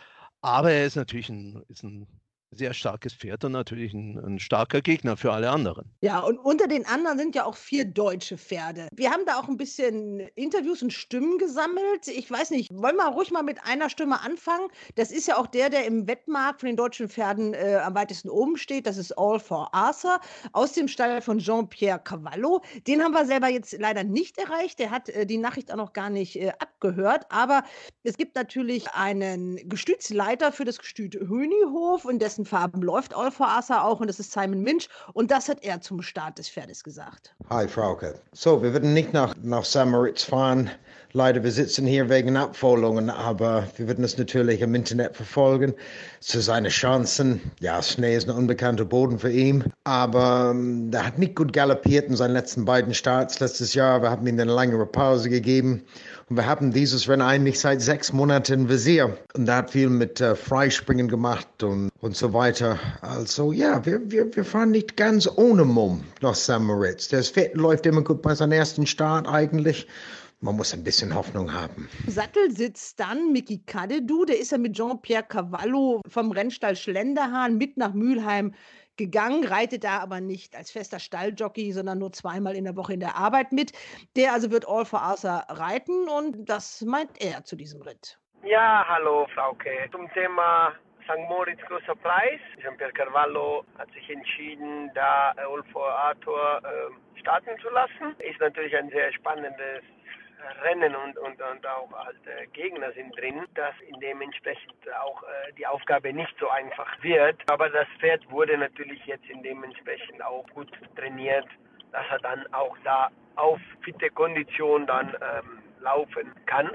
Aber er ist natürlich ein sehr starkes Pferd und natürlich ein starker Gegner für alle anderen. Ja, und unter den anderen sind ja auch 4 deutsche Pferde. Wir haben da auch ein bisschen Interviews und Stimmen gesammelt. Ich weiß nicht, wollen wir ruhig mal mit einer Stimme anfangen? Das ist ja auch der im Wettmarkt von den deutschen Pferden am weitesten oben steht. Das ist All for Arthur aus dem Stall von Jean-Pierre Cavallo. Den haben wir selber jetzt leider nicht erreicht. Der hat die Nachricht auch noch gar nicht abgehört. Aber es gibt natürlich einen Gestütsleiter für das Gestüt Hönihof, in dessen Farben läuft All for Arthur auch, und das ist Simon Minch, und das hat er zum Start des Pferdes gesagt. Hi Frauke. So, wir würden nicht nach St. Moritz fahren. Leider, wir sitzen hier wegen Abholungen, aber wir würden es natürlich im Internet verfolgen. Zu seinen Chancen. Ja, Schnee ist ein unbekannter Boden für ihn, aber er hat nicht gut galoppiert in seinen letzten beiden Starts letztes Jahr. Wir haben ihm eine längere Pause gegeben. Und wir haben dieses Rennen eigentlich seit 6 Monaten im Visier. Und er hat viel mit Freispringen gemacht und so weiter. Also ja, wir fahren nicht ganz ohne Mumm nach St. Moritz. Das Pferd läuft immer gut bei seinem ersten Start eigentlich. Man muss ein bisschen Hoffnung haben. Im Sattel sitzt dann Mickey Cadedou. Der ist ja mit Jean-Pierre Cavallo vom Rennstall Schlenderhahn mit nach Mülheim gegangen, reitet da aber nicht als fester Stalljockey, sondern nur 2-mal in der Woche in der Arbeit mit. Der also wird All for Arthur reiten, und das meint er zu diesem Ritt. Ja, hallo Frauke. Zum Thema St. Moritz großer Preis. Jean-Pierre Cavallo hat sich entschieden, da All for Arthur starten zu lassen. Ist natürlich ein sehr spannendes Rennen und auch halt Gegner sind drin, dass in dementsprechend auch die Aufgabe nicht so einfach wird. Aber das Pferd wurde natürlich jetzt in dementsprechend auch gut trainiert, dass er dann auch da auf fitte Kondition dann laufen kann.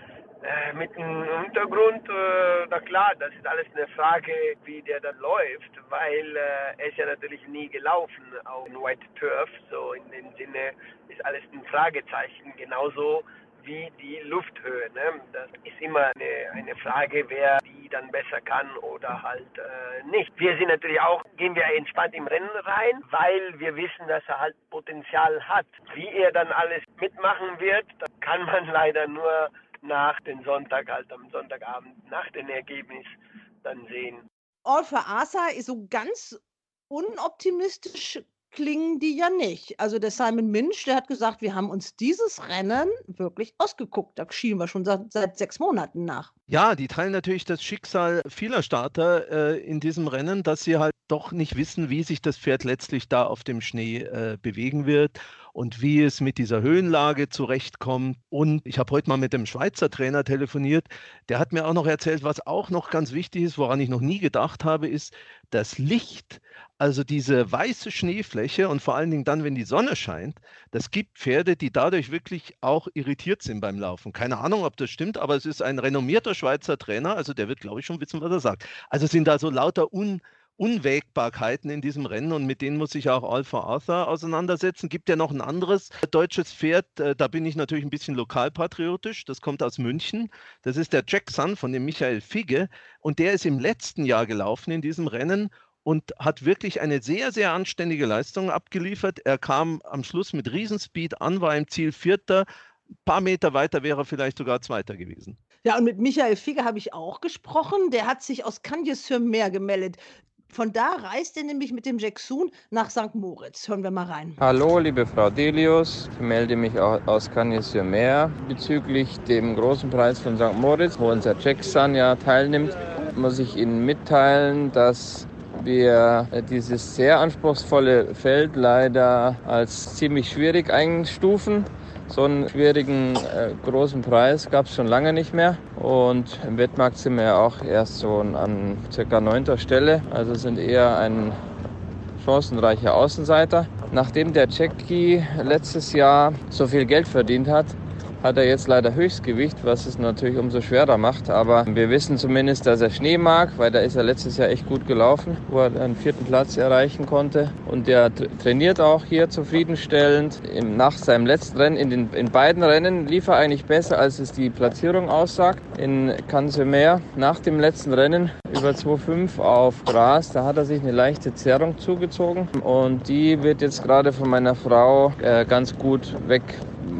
Mit dem Hintergrund, na klar, das ist alles eine Frage, wie der dann läuft, weil er ist ja natürlich nie gelaufen auf White Turf, so in dem Sinne ist alles ein Fragezeichen, genauso wie die Lufthöhe. Ne? Das ist immer eine Frage, wer die dann besser kann oder halt nicht. Wir sind natürlich auch, gehen wir entspannt im Rennen rein, weil wir wissen, dass er halt Potenzial hat. Wie er dann alles mitmachen wird, das kann man leider nur nach dem Sonntag, halt am Sonntagabend, nach dem Ergebnis dann sehen. All for Arthur ist so ganz unoptimistisch, klingen die ja nicht. Also der Simon Minch, der hat gesagt, wir haben uns dieses Rennen wirklich ausgeguckt. Da schielen wir schon seit 6 Monaten nach. Ja, die teilen natürlich das Schicksal vieler Starter in diesem Rennen, dass sie halt doch nicht wissen, wie sich das Pferd letztlich da auf dem Schnee bewegen wird und wie es mit dieser Höhenlage zurechtkommt. Und ich habe heute mal mit dem Schweizer Trainer telefoniert, der hat mir auch noch erzählt, was auch noch ganz wichtig ist, woran ich noch nie gedacht habe, ist das Licht. Also diese weiße Schneefläche und vor allen Dingen dann, wenn die Sonne scheint, das gibt Pferde, die dadurch wirklich auch irritiert sind beim Laufen. Keine Ahnung, ob das stimmt, aber es ist ein renommierter Schweizer Trainer, also der wird, glaube ich, schon wissen, was er sagt. Also sind da so lauter Unwägbarkeiten in diesem Rennen, und mit denen muss sich auch All for Arthur auseinandersetzen. Gibt ja noch ein anderes deutsches Pferd, da bin ich natürlich ein bisschen lokalpatriotisch, das kommt aus München. Das ist der Jackson von dem Michael Figge, und der ist im letzten Jahr gelaufen in diesem Rennen und hat wirklich eine sehr, sehr anständige Leistung abgeliefert. Er kam am Schluss mit Riesenspeed an, war im Ziel Vierter. Ein paar Meter weiter wäre er vielleicht sogar Zweiter gewesen. Ja, und mit Michael Figge habe ich auch gesprochen. Der hat sich aus Cagnes-sur-Mer gemeldet. Von da reist er nämlich mit dem Jackson nach St. Moritz. Hören wir mal rein. Hallo, liebe Frau Delius. Ich melde mich aus Cagnes-sur-Mer bezüglich dem großen Preis von St. Moritz, wo unser Jackson ja teilnimmt. Muss ich Ihnen mitteilen, dass wir dieses sehr anspruchsvolle Feld leider als ziemlich schwierig einstufen. So einen schwierigen großen Preis gab es schon lange nicht mehr, und im Wettmarkt sind wir ja auch erst so an ca. 9. Stelle, also sind eher ein chancenreicher Außenseiter. Nachdem der Jackie letztes Jahr so viel Geld verdient hat, hat er jetzt leider Höchstgewicht, was es natürlich umso schwerer macht. Aber wir wissen zumindest, dass er Schnee mag, weil da ist er letztes Jahr echt gut gelaufen, wo er einen 4. Platz erreichen konnte. Und der trainiert auch hier zufriedenstellend. Nach seinem letzten Rennen, in beiden Rennen lief er eigentlich besser, als es die Platzierung aussagt. In Cagnes-sur-Mer nach dem letzten Rennen über 2,5 auf Gras, da hat er sich eine leichte Zerrung zugezogen. Und die wird jetzt gerade von meiner Frau ganz gut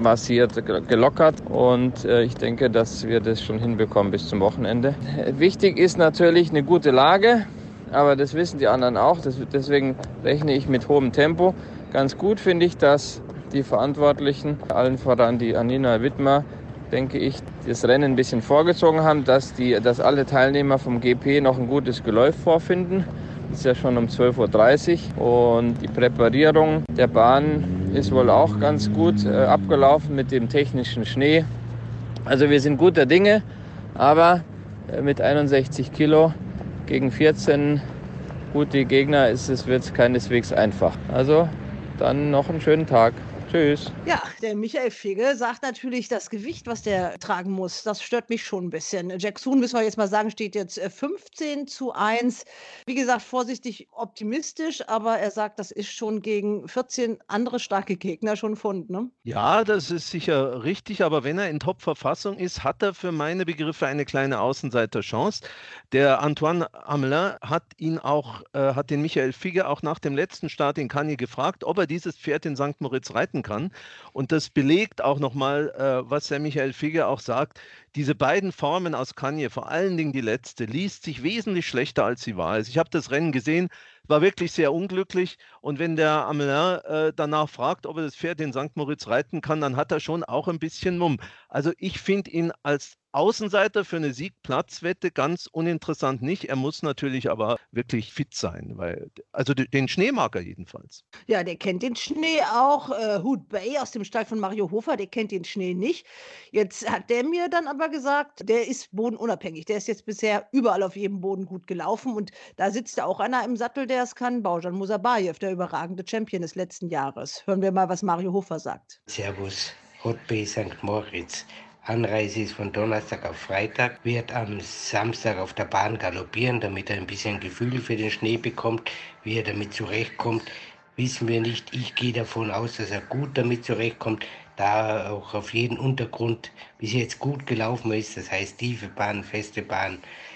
massiert, gelockert und ich denke, dass wir das schon hinbekommen bis zum Wochenende. Wichtig ist natürlich eine gute Lage, aber das wissen die anderen auch, deswegen rechne ich mit hohem Tempo. Ganz gut finde ich, dass die Verantwortlichen, allen voran die Anina Wittmer, denke ich, das Rennen ein bisschen vorgezogen haben, dass alle Teilnehmer vom GP noch ein gutes Geläuf vorfinden. Das ist ja schon um 12.30 Uhr und die Präparierung der Bahn ist wohl auch ganz gut abgelaufen mit dem technischen Schnee. Also wir sind guter Dinge, aber mit 61 Kilo gegen 14 gute Gegner wird es keineswegs einfach. Also dann noch einen schönen Tag. Tschüss. Ja, der Michael Figge sagt natürlich, das Gewicht, was der tragen muss, das stört mich schon ein bisschen. Jack Soon, müssen wir jetzt mal sagen, steht jetzt 15:1. Wie gesagt, vorsichtig optimistisch, aber er sagt, das ist schon gegen 14 andere starke Gegner schon ein Fund, ne? Ja, das ist sicher richtig, aber wenn er in Top-Verfassung ist, hat er für meine Begriffe eine kleine Außenseiterchance. Der Antoine Hamelin hat den Michael Figge auch nach dem letzten Start in Cannes gefragt, ob er dieses Pferd in St. Moritz reiten kann. Und das belegt auch nochmal, was der Michael Figge auch sagt. Diese beiden Formen aus Cannes, vor allen Dingen die letzte, liest sich wesentlich schlechter, als sie war. Also ich habe das Rennen gesehen, war wirklich sehr unglücklich. Und wenn der Hamelin danach fragt, ob er das Pferd in St. Moritz reiten kann, dann hat er schon auch ein bisschen Mumm. Also ich finde ihn als Außenseiter für eine Siegplatzwette ganz uninteressant nicht. Er muss natürlich aber wirklich fit sein, also den Schnee mag er jedenfalls. Ja, der kennt den Schnee auch. Hood Bay aus dem Stall von Mario Hofer, der kennt den Schnee nicht. Jetzt hat der mir dann aber gesagt, der ist bodenunabhängig. Der ist jetzt bisher überall auf jedem Boden gut gelaufen und da sitzt ja auch einer im Sattel, der es kann, Baujan Musabayev, der überragende Champion des letzten Jahres. Hören wir mal, was Mario Hofer sagt. Servus, Hood Bay St. Moritz. Anreise ist von Donnerstag auf Freitag, wird am Samstag auf der Bahn galoppieren, damit er ein bisschen Gefühl für den Schnee bekommt. Wie er damit zurechtkommt, wissen wir nicht. Ich gehe davon aus, dass er gut damit zurechtkommt, da er auch auf jeden Untergrund bis jetzt gut gelaufen ist. Das heißt tiefe Bahn, feste Bahn,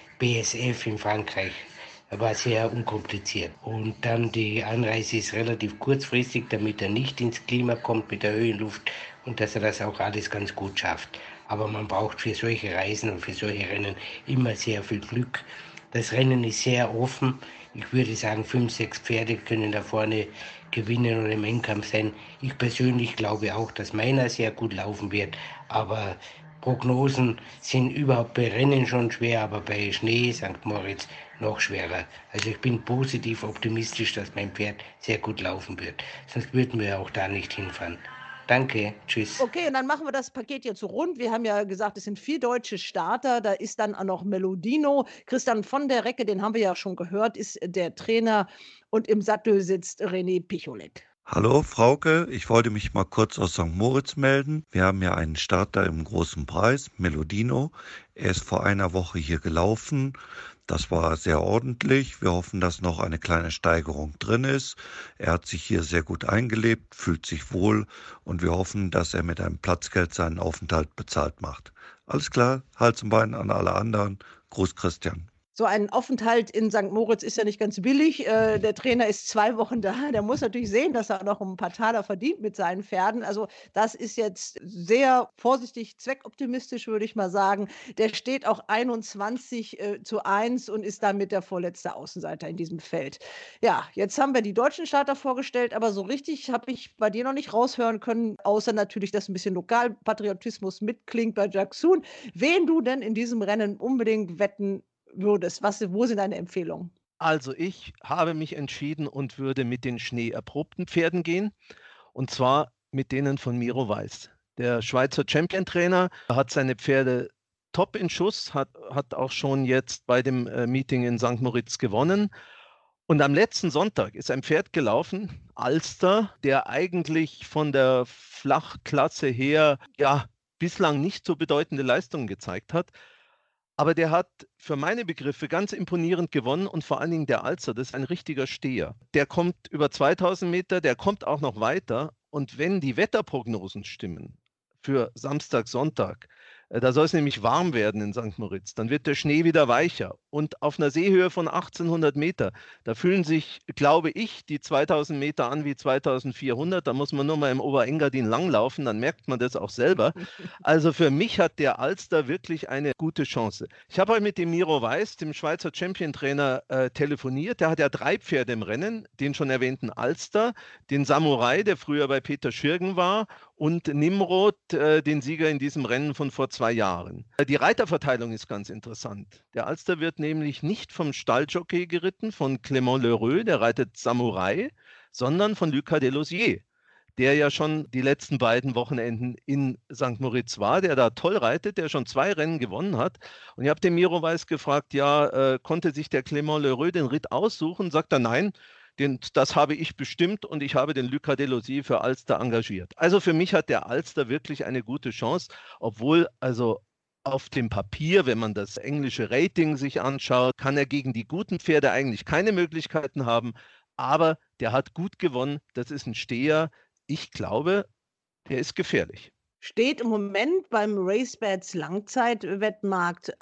BSF in Frankreich. War sehr unkompliziert. Und dann die Anreise ist relativ kurzfristig, damit er nicht ins Klima kommt mit der Höhenluft und dass er das auch alles ganz gut schafft. Aber man braucht für solche Reisen und für solche Rennen immer sehr viel Glück. Das Rennen ist sehr offen. Ich würde sagen, 5, 6 Pferde können da vorne gewinnen und im Endkampf sein. Ich persönlich glaube auch, dass meiner sehr gut laufen wird. Aber Prognosen sind überhaupt bei Rennen schon schwer, aber bei Schnee, St. Moritz, noch schwerer. Also ich bin positiv optimistisch, dass mein Pferd sehr gut laufen wird. Sonst würden wir auch da nicht hinfahren. Danke, tschüss. Okay, und dann machen wir das Paket jetzt so rund. Wir haben ja gesagt, es sind 4 deutsche Starter. Da ist dann auch noch Melodino. Christian von der Recke, den haben wir ja schon gehört, ist der Trainer. Und im Sattel sitzt René Picholek. Hallo Frauke, ich wollte mich mal kurz aus St. Moritz melden. Wir haben ja einen Starter im großen Preis, Melodino. Er ist vor einer Woche hier gelaufen. Das war sehr ordentlich. Wir hoffen, dass noch eine kleine Steigerung drin ist. Er hat sich hier sehr gut eingelebt, fühlt sich wohl und wir hoffen, dass er mit einem Platzgeld seinen Aufenthalt bezahlt macht. Alles klar, Hals und Bein an alle anderen. Gruß Christian. So ein Aufenthalt in St. Moritz ist ja nicht ganz billig. Der Trainer ist 2 Wochen da. Der muss natürlich sehen, dass er noch ein paar Taler verdient mit seinen Pferden. Also das ist jetzt sehr vorsichtig, zweckoptimistisch, würde ich mal sagen. Der steht auch 21:1 und ist damit der vorletzte Außenseiter in diesem Feld. Ja, jetzt haben wir die deutschen Starter vorgestellt, aber so richtig habe ich bei dir noch nicht raushören können, außer natürlich, dass ein bisschen Lokalpatriotismus mitklingt bei Jack Soon. Wen du denn in diesem Rennen unbedingt wetten würdest? Wo sind deine Empfehlungen? Also ich habe mich entschieden und würde mit den schneeerprobten Pferden gehen. Und zwar mit denen von Miro Weiß. Der Schweizer Champion-Trainer hat seine Pferde top in Schuss, hat auch schon jetzt bei dem Meeting in St. Moritz gewonnen. Und am letzten Sonntag ist ein Pferd gelaufen, Alster, der eigentlich von der Flachklasse her ja bislang nicht so bedeutende Leistungen gezeigt hat. Aber der hat für meine Begriffe ganz imponierend gewonnen und vor allen Dingen der Alster, das ist ein richtiger Steher. Der kommt über 2000 Meter, der kommt auch noch weiter und wenn die Wetterprognosen stimmen für Samstag, Sonntag, Da soll es nämlich warm werden in St. Moritz. Dann wird der Schnee wieder weicher. Und auf einer Seehöhe von 1800 Meter, da fühlen sich, glaube ich, die 2000 Meter an wie 2400. Da muss man nur mal im Oberengadin langlaufen, dann merkt man das auch selber. Also für mich hat der Alster wirklich eine gute Chance. Ich habe heute mit dem Miro Weiß, dem Schweizer Champion-Trainer, telefoniert. Der hat ja 3 Pferde im Rennen, den schon erwähnten Alster, den Samurai, der früher bei Peter Schirgen war, und Nimrod, den Sieger in diesem Rennen von vor 2 Jahren. Die Reiterverteilung ist ganz interessant. Der Alster wird nämlich nicht vom Stalljockey geritten, von Clément Lheureux, der reitet Samurai, sondern von Lucas Delosier, der ja schon die letzten beiden Wochenenden in St. Moritz war, der da toll reitet, der schon 2 Rennen gewonnen hat. Und ich habe den Miro Weiß gefragt, konnte sich der Clément Lheureux den Ritt aussuchen? Sagt er, nein. Das habe ich bestimmt und ich habe den Lucas Delosier für Alster engagiert. Also für mich hat der Alster wirklich eine gute Chance, obwohl also auf dem Papier, wenn man das englische Rating sich anschaut, kann er gegen die guten Pferde eigentlich keine Möglichkeiten haben, aber der hat gut gewonnen, das ist ein Steher. Ich glaube, der ist gefährlich. Steht im Moment beim RaceBets Langzeitwettmarkt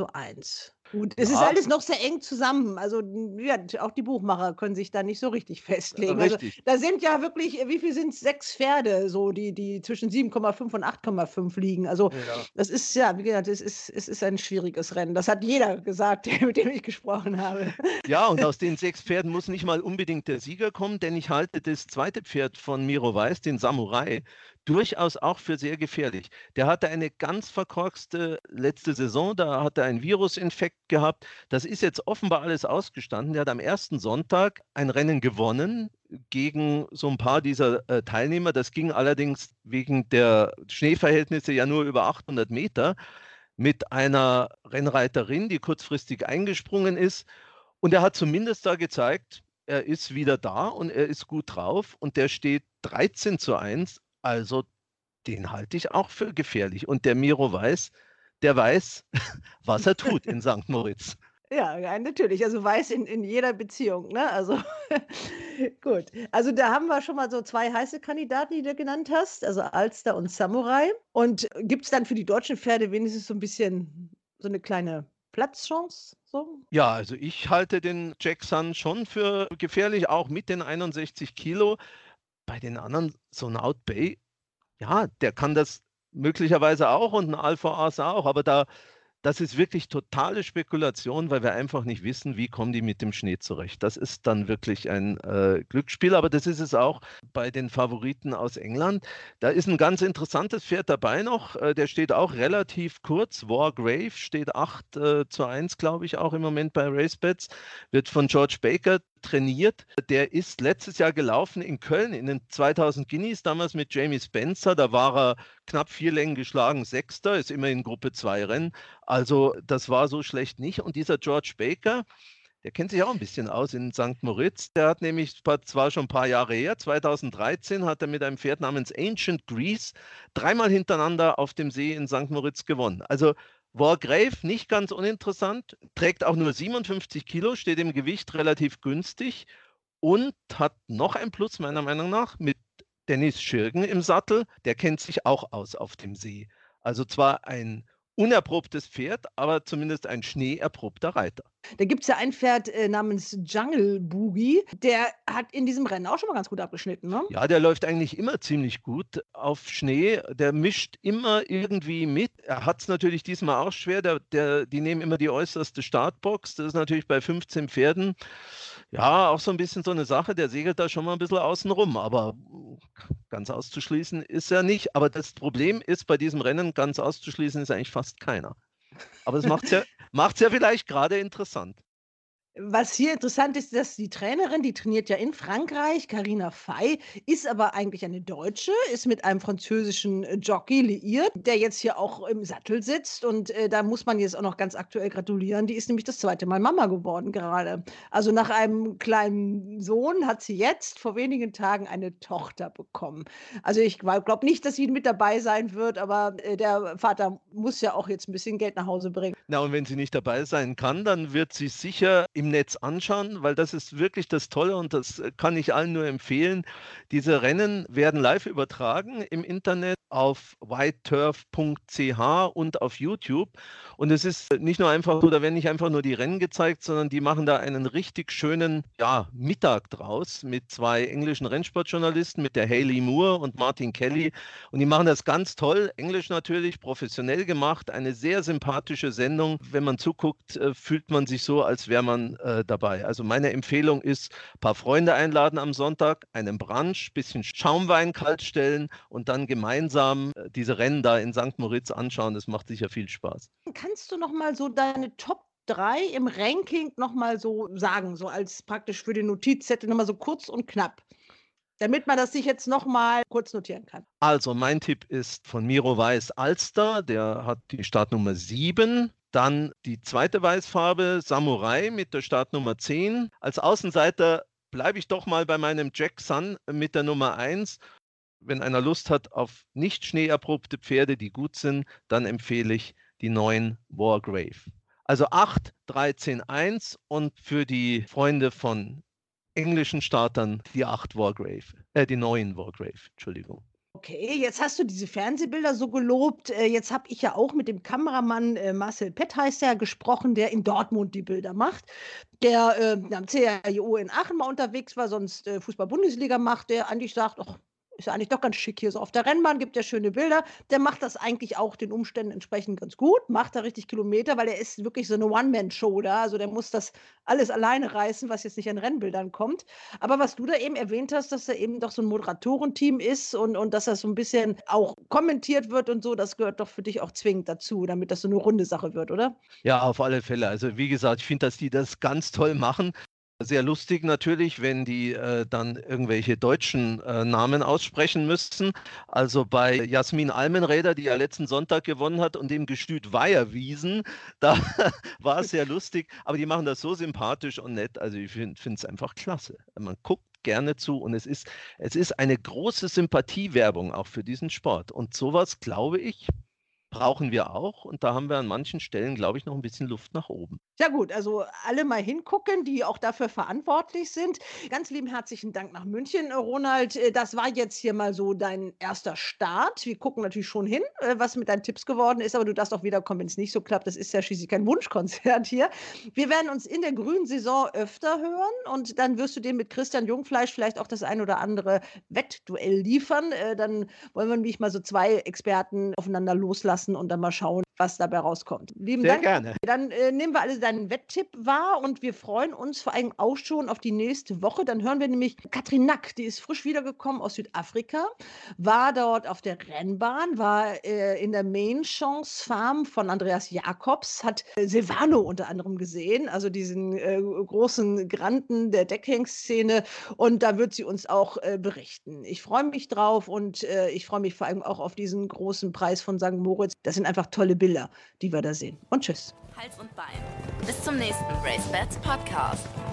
8:1. Gut, es ist alles noch sehr eng zusammen. Also ja, auch die Buchmacher können sich da nicht so richtig festlegen. Richtig. Also, da sind ja wirklich, wie viel sind es? 6 Pferde, so, die zwischen 7,5 und 8,5 liegen. Also das ist ja, wie gesagt, es ist ein schwieriges Rennen. Das hat jeder gesagt, mit dem ich gesprochen habe. Ja, und aus den 6 Pferden muss nicht mal unbedingt der Sieger kommen, denn ich halte das zweite Pferd von Miro Weiß, den Samurai, durchaus auch für sehr gefährlich. Der hatte eine ganz verkorkste letzte Saison, da hat er einen Virusinfekt gehabt. Das ist jetzt offenbar alles ausgestanden. Der hat am ersten Sonntag ein Rennen gewonnen gegen so ein paar dieser Teilnehmer. Das ging allerdings wegen der Schneeverhältnisse ja nur über 800 Meter mit einer Rennreiterin, die kurzfristig eingesprungen ist. Und er hat zumindest da gezeigt, er ist wieder da und er ist gut drauf und der steht 13:1. Also den halte ich auch für gefährlich. Und der Miro Weiß, der weiß, was er tut in St. Moritz. Ja, natürlich. Also Weiß in jeder Beziehung, ne? Also gut. Also da haben wir schon mal so 2 heiße Kandidaten, die du genannt hast, also Alster und Samurai. Und gibt es dann für die deutschen Pferde wenigstens so ein bisschen so eine kleine Platzchance? So? Ja, also ich halte den Jackson schon für gefährlich, auch mit den 61 Kilo. Bei den anderen, so ein Outbay, ja, der kann das möglicherweise auch und ein Alpha Asa auch, aber das ist wirklich totale Spekulation, weil wir einfach nicht wissen, wie kommen die mit dem Schnee zurecht. Das ist dann wirklich ein Glücksspiel, aber das ist es auch bei den Favoriten aus England. Da ist ein ganz interessantes Pferd dabei noch, der steht auch relativ kurz, Wargrave, steht 8:1, glaube ich, auch im Moment bei RaceBets, wird von George Baker trainiert. Der ist letztes Jahr gelaufen in Köln in den 2000 Guineas, damals mit Jamie Spencer. Da war er knapp 4 Längen geschlagen, 6. ist immerhin Gruppe 2 Rennen. Also das war so schlecht nicht. Und dieser George Baker, der kennt sich auch ein bisschen aus in St. Moritz. Der hat nämlich, zwar schon ein paar Jahre her, 2013 hat er mit einem Pferd namens Ancient Grease 3-mal hintereinander auf dem See in St. Moritz gewonnen. Also Wargrave, nicht ganz uninteressant, trägt auch nur 57 Kilo, steht im Gewicht relativ günstig und hat noch ein Plus meiner Meinung nach mit Dennis Schirgen im Sattel. Der kennt sich auch aus auf dem See. Also zwar ein unerprobtes Pferd, aber zumindest ein schneeerprobter Reiter. Da gibt es ja ein Pferd namens Jungle Boogie, der hat in diesem Rennen auch schon mal ganz gut abgeschnitten, ne? Ja, der läuft eigentlich immer ziemlich gut auf Schnee, der mischt immer irgendwie mit. Er hat es natürlich diesmal auch schwer, die nehmen immer die äußerste Startbox, das ist natürlich bei 15 Pferden, ja, auch so ein bisschen so eine Sache, der segelt da schon mal ein bisschen außen rum, aber ganz auszuschließen ist er nicht. Aber das Problem ist bei diesem Rennen, ganz auszuschließen ist eigentlich fast keiner. Aber es macht's ja vielleicht gerade interessant. Was hier interessant ist, dass die Trainerin, die trainiert ja in Frankreich, Carina Fey, ist aber eigentlich eine Deutsche, ist mit einem französischen Jockey liiert, der jetzt hier auch im Sattel sitzt. Und da muss man jetzt auch noch ganz aktuell gratulieren. Die ist nämlich das 2. Mal Mama geworden gerade. Also nach einem kleinen Sohn hat sie jetzt vor wenigen Tagen eine Tochter bekommen. Also ich glaube nicht, dass sie mit dabei sein wird, aber der Vater muss ja auch jetzt ein bisschen Geld nach Hause bringen. Na, und wenn sie nicht dabei sein kann, dann wird sie sicher im Netz anschauen, weil das ist wirklich das Tolle und das kann ich allen nur empfehlen. Diese Rennen werden live übertragen im Internet auf whiteturf.ch und auf YouTube. Und es ist nicht nur einfach so, da werden nicht einfach nur die Rennen gezeigt, sondern die machen da einen richtig schönen Mittag draus mit 2 englischen Rennsportjournalisten, mit der Hayley Moore und Martin Kelly. Und die machen das ganz toll, Englisch natürlich, professionell gemacht, eine sehr sympathische Sendung. Wenn man zuguckt, fühlt man sich so, als wäre man dabei. Also meine Empfehlung ist, ein paar Freunde einladen am Sonntag, einen Brunch, bisschen Schaumwein kalt stellen und dann gemeinsam diese Rennen da in St. Moritz anschauen. Das macht sicher viel Spaß. Kannst du noch mal so deine Top 3 im Ranking noch mal so sagen, so als praktisch für den Notizzettel noch mal so kurz und knapp, damit man das sich jetzt noch mal kurz notieren kann? Also mein Tipp ist von Miro Weiß Alster, der hat die Startnummer 7. Dann die zweite Weißfarbe Samurai mit der Startnummer 10. Als Außenseiter bleibe ich doch mal bei meinem Jack Sun mit der Nummer 1. Wenn einer Lust hat auf nicht schneeerprobte Pferde, die gut sind, dann empfehle ich die 9 Wargrave. Also 8, 13, 1 und für die Freunde von englischen Startern die 8 Wargrave, die 9 Wargrave, Entschuldigung. Okay, jetzt hast du diese Fernsehbilder so gelobt. Jetzt habe ich ja auch mit dem Kameramann Marcel Pett heißt er gesprochen, der in Dortmund die Bilder macht. Der am CRJO in Aachen mal unterwegs war, sonst Fußball-Bundesliga macht, der eigentlich sagt, ach, ist ja eigentlich doch ganz schick hier so auf der Rennbahn, gibt ja schöne Bilder. Der macht das eigentlich auch den Umständen entsprechend ganz gut, macht da richtig Kilometer, weil er ist wirklich so eine One-Man-Show da. Also der muss das alles alleine reißen, was jetzt nicht an Rennbildern kommt. Aber was du da eben erwähnt hast, dass er eben doch so ein Moderatorenteam ist und dass das so ein bisschen auch kommentiert wird und so, das gehört doch für dich auch zwingend dazu, damit das so eine runde Sache wird, oder? Ja, auf alle Fälle. Also wie gesagt, ich finde, dass die das ganz toll machen. Sehr lustig natürlich, wenn die dann irgendwelche deutschen Namen aussprechen müssten. Also bei Jasmin Almenräder, die ja letzten Sonntag gewonnen hat, und dem Gestüt Weiherwiesen, da war es sehr lustig. Aber die machen das so sympathisch und nett. Also ich finde es einfach klasse. Man guckt gerne zu und es ist eine große Sympathiewerbung auch für diesen Sport. Und sowas, glaube ich, brauchen wir auch. Und da haben wir an manchen Stellen, glaube ich, noch ein bisschen Luft nach oben. Ja gut, also alle mal hingucken, die auch dafür verantwortlich sind. Ganz lieben herzlichen Dank nach München, Ronald. Das war jetzt hier mal so dein erster Start. Wir gucken natürlich schon hin, was mit deinen Tipps geworden ist, aber du darfst auch wiederkommen, wenn es nicht so klappt. Das ist ja schließlich kein Wunschkonzert hier. Wir werden uns in der grünen Saison öfter hören und dann wirst du dir mit Christian Jungfleisch vielleicht auch das ein oder andere Wettduell liefern. Dann wollen wir nämlich mal so 2 Experten aufeinander loslassen und dann mal schauen, was dabei rauskommt. Lieben Sehr Dank. gerne. Dann nehmen wir alle deinen Wetttipp wahr und wir freuen uns vor allem auch schon auf die nächste Woche. Dann hören wir nämlich Katrin Nack, die ist frisch wiedergekommen aus Südafrika, war dort auf der Rennbahn, war in der Main Chance Farm von Andreas Jacobs, hat Silvano unter anderem gesehen, also diesen großen Granden der Deckhengszene, und da wird sie uns auch berichten. Ich freue mich drauf und ich freue mich vor allem auch auf diesen großen Preis von St. Moritz. Das sind einfach tolle Bilder, die wir da sehen. Und tschüss. Hals und Bein. Bis zum nächsten RaceBets Podcast.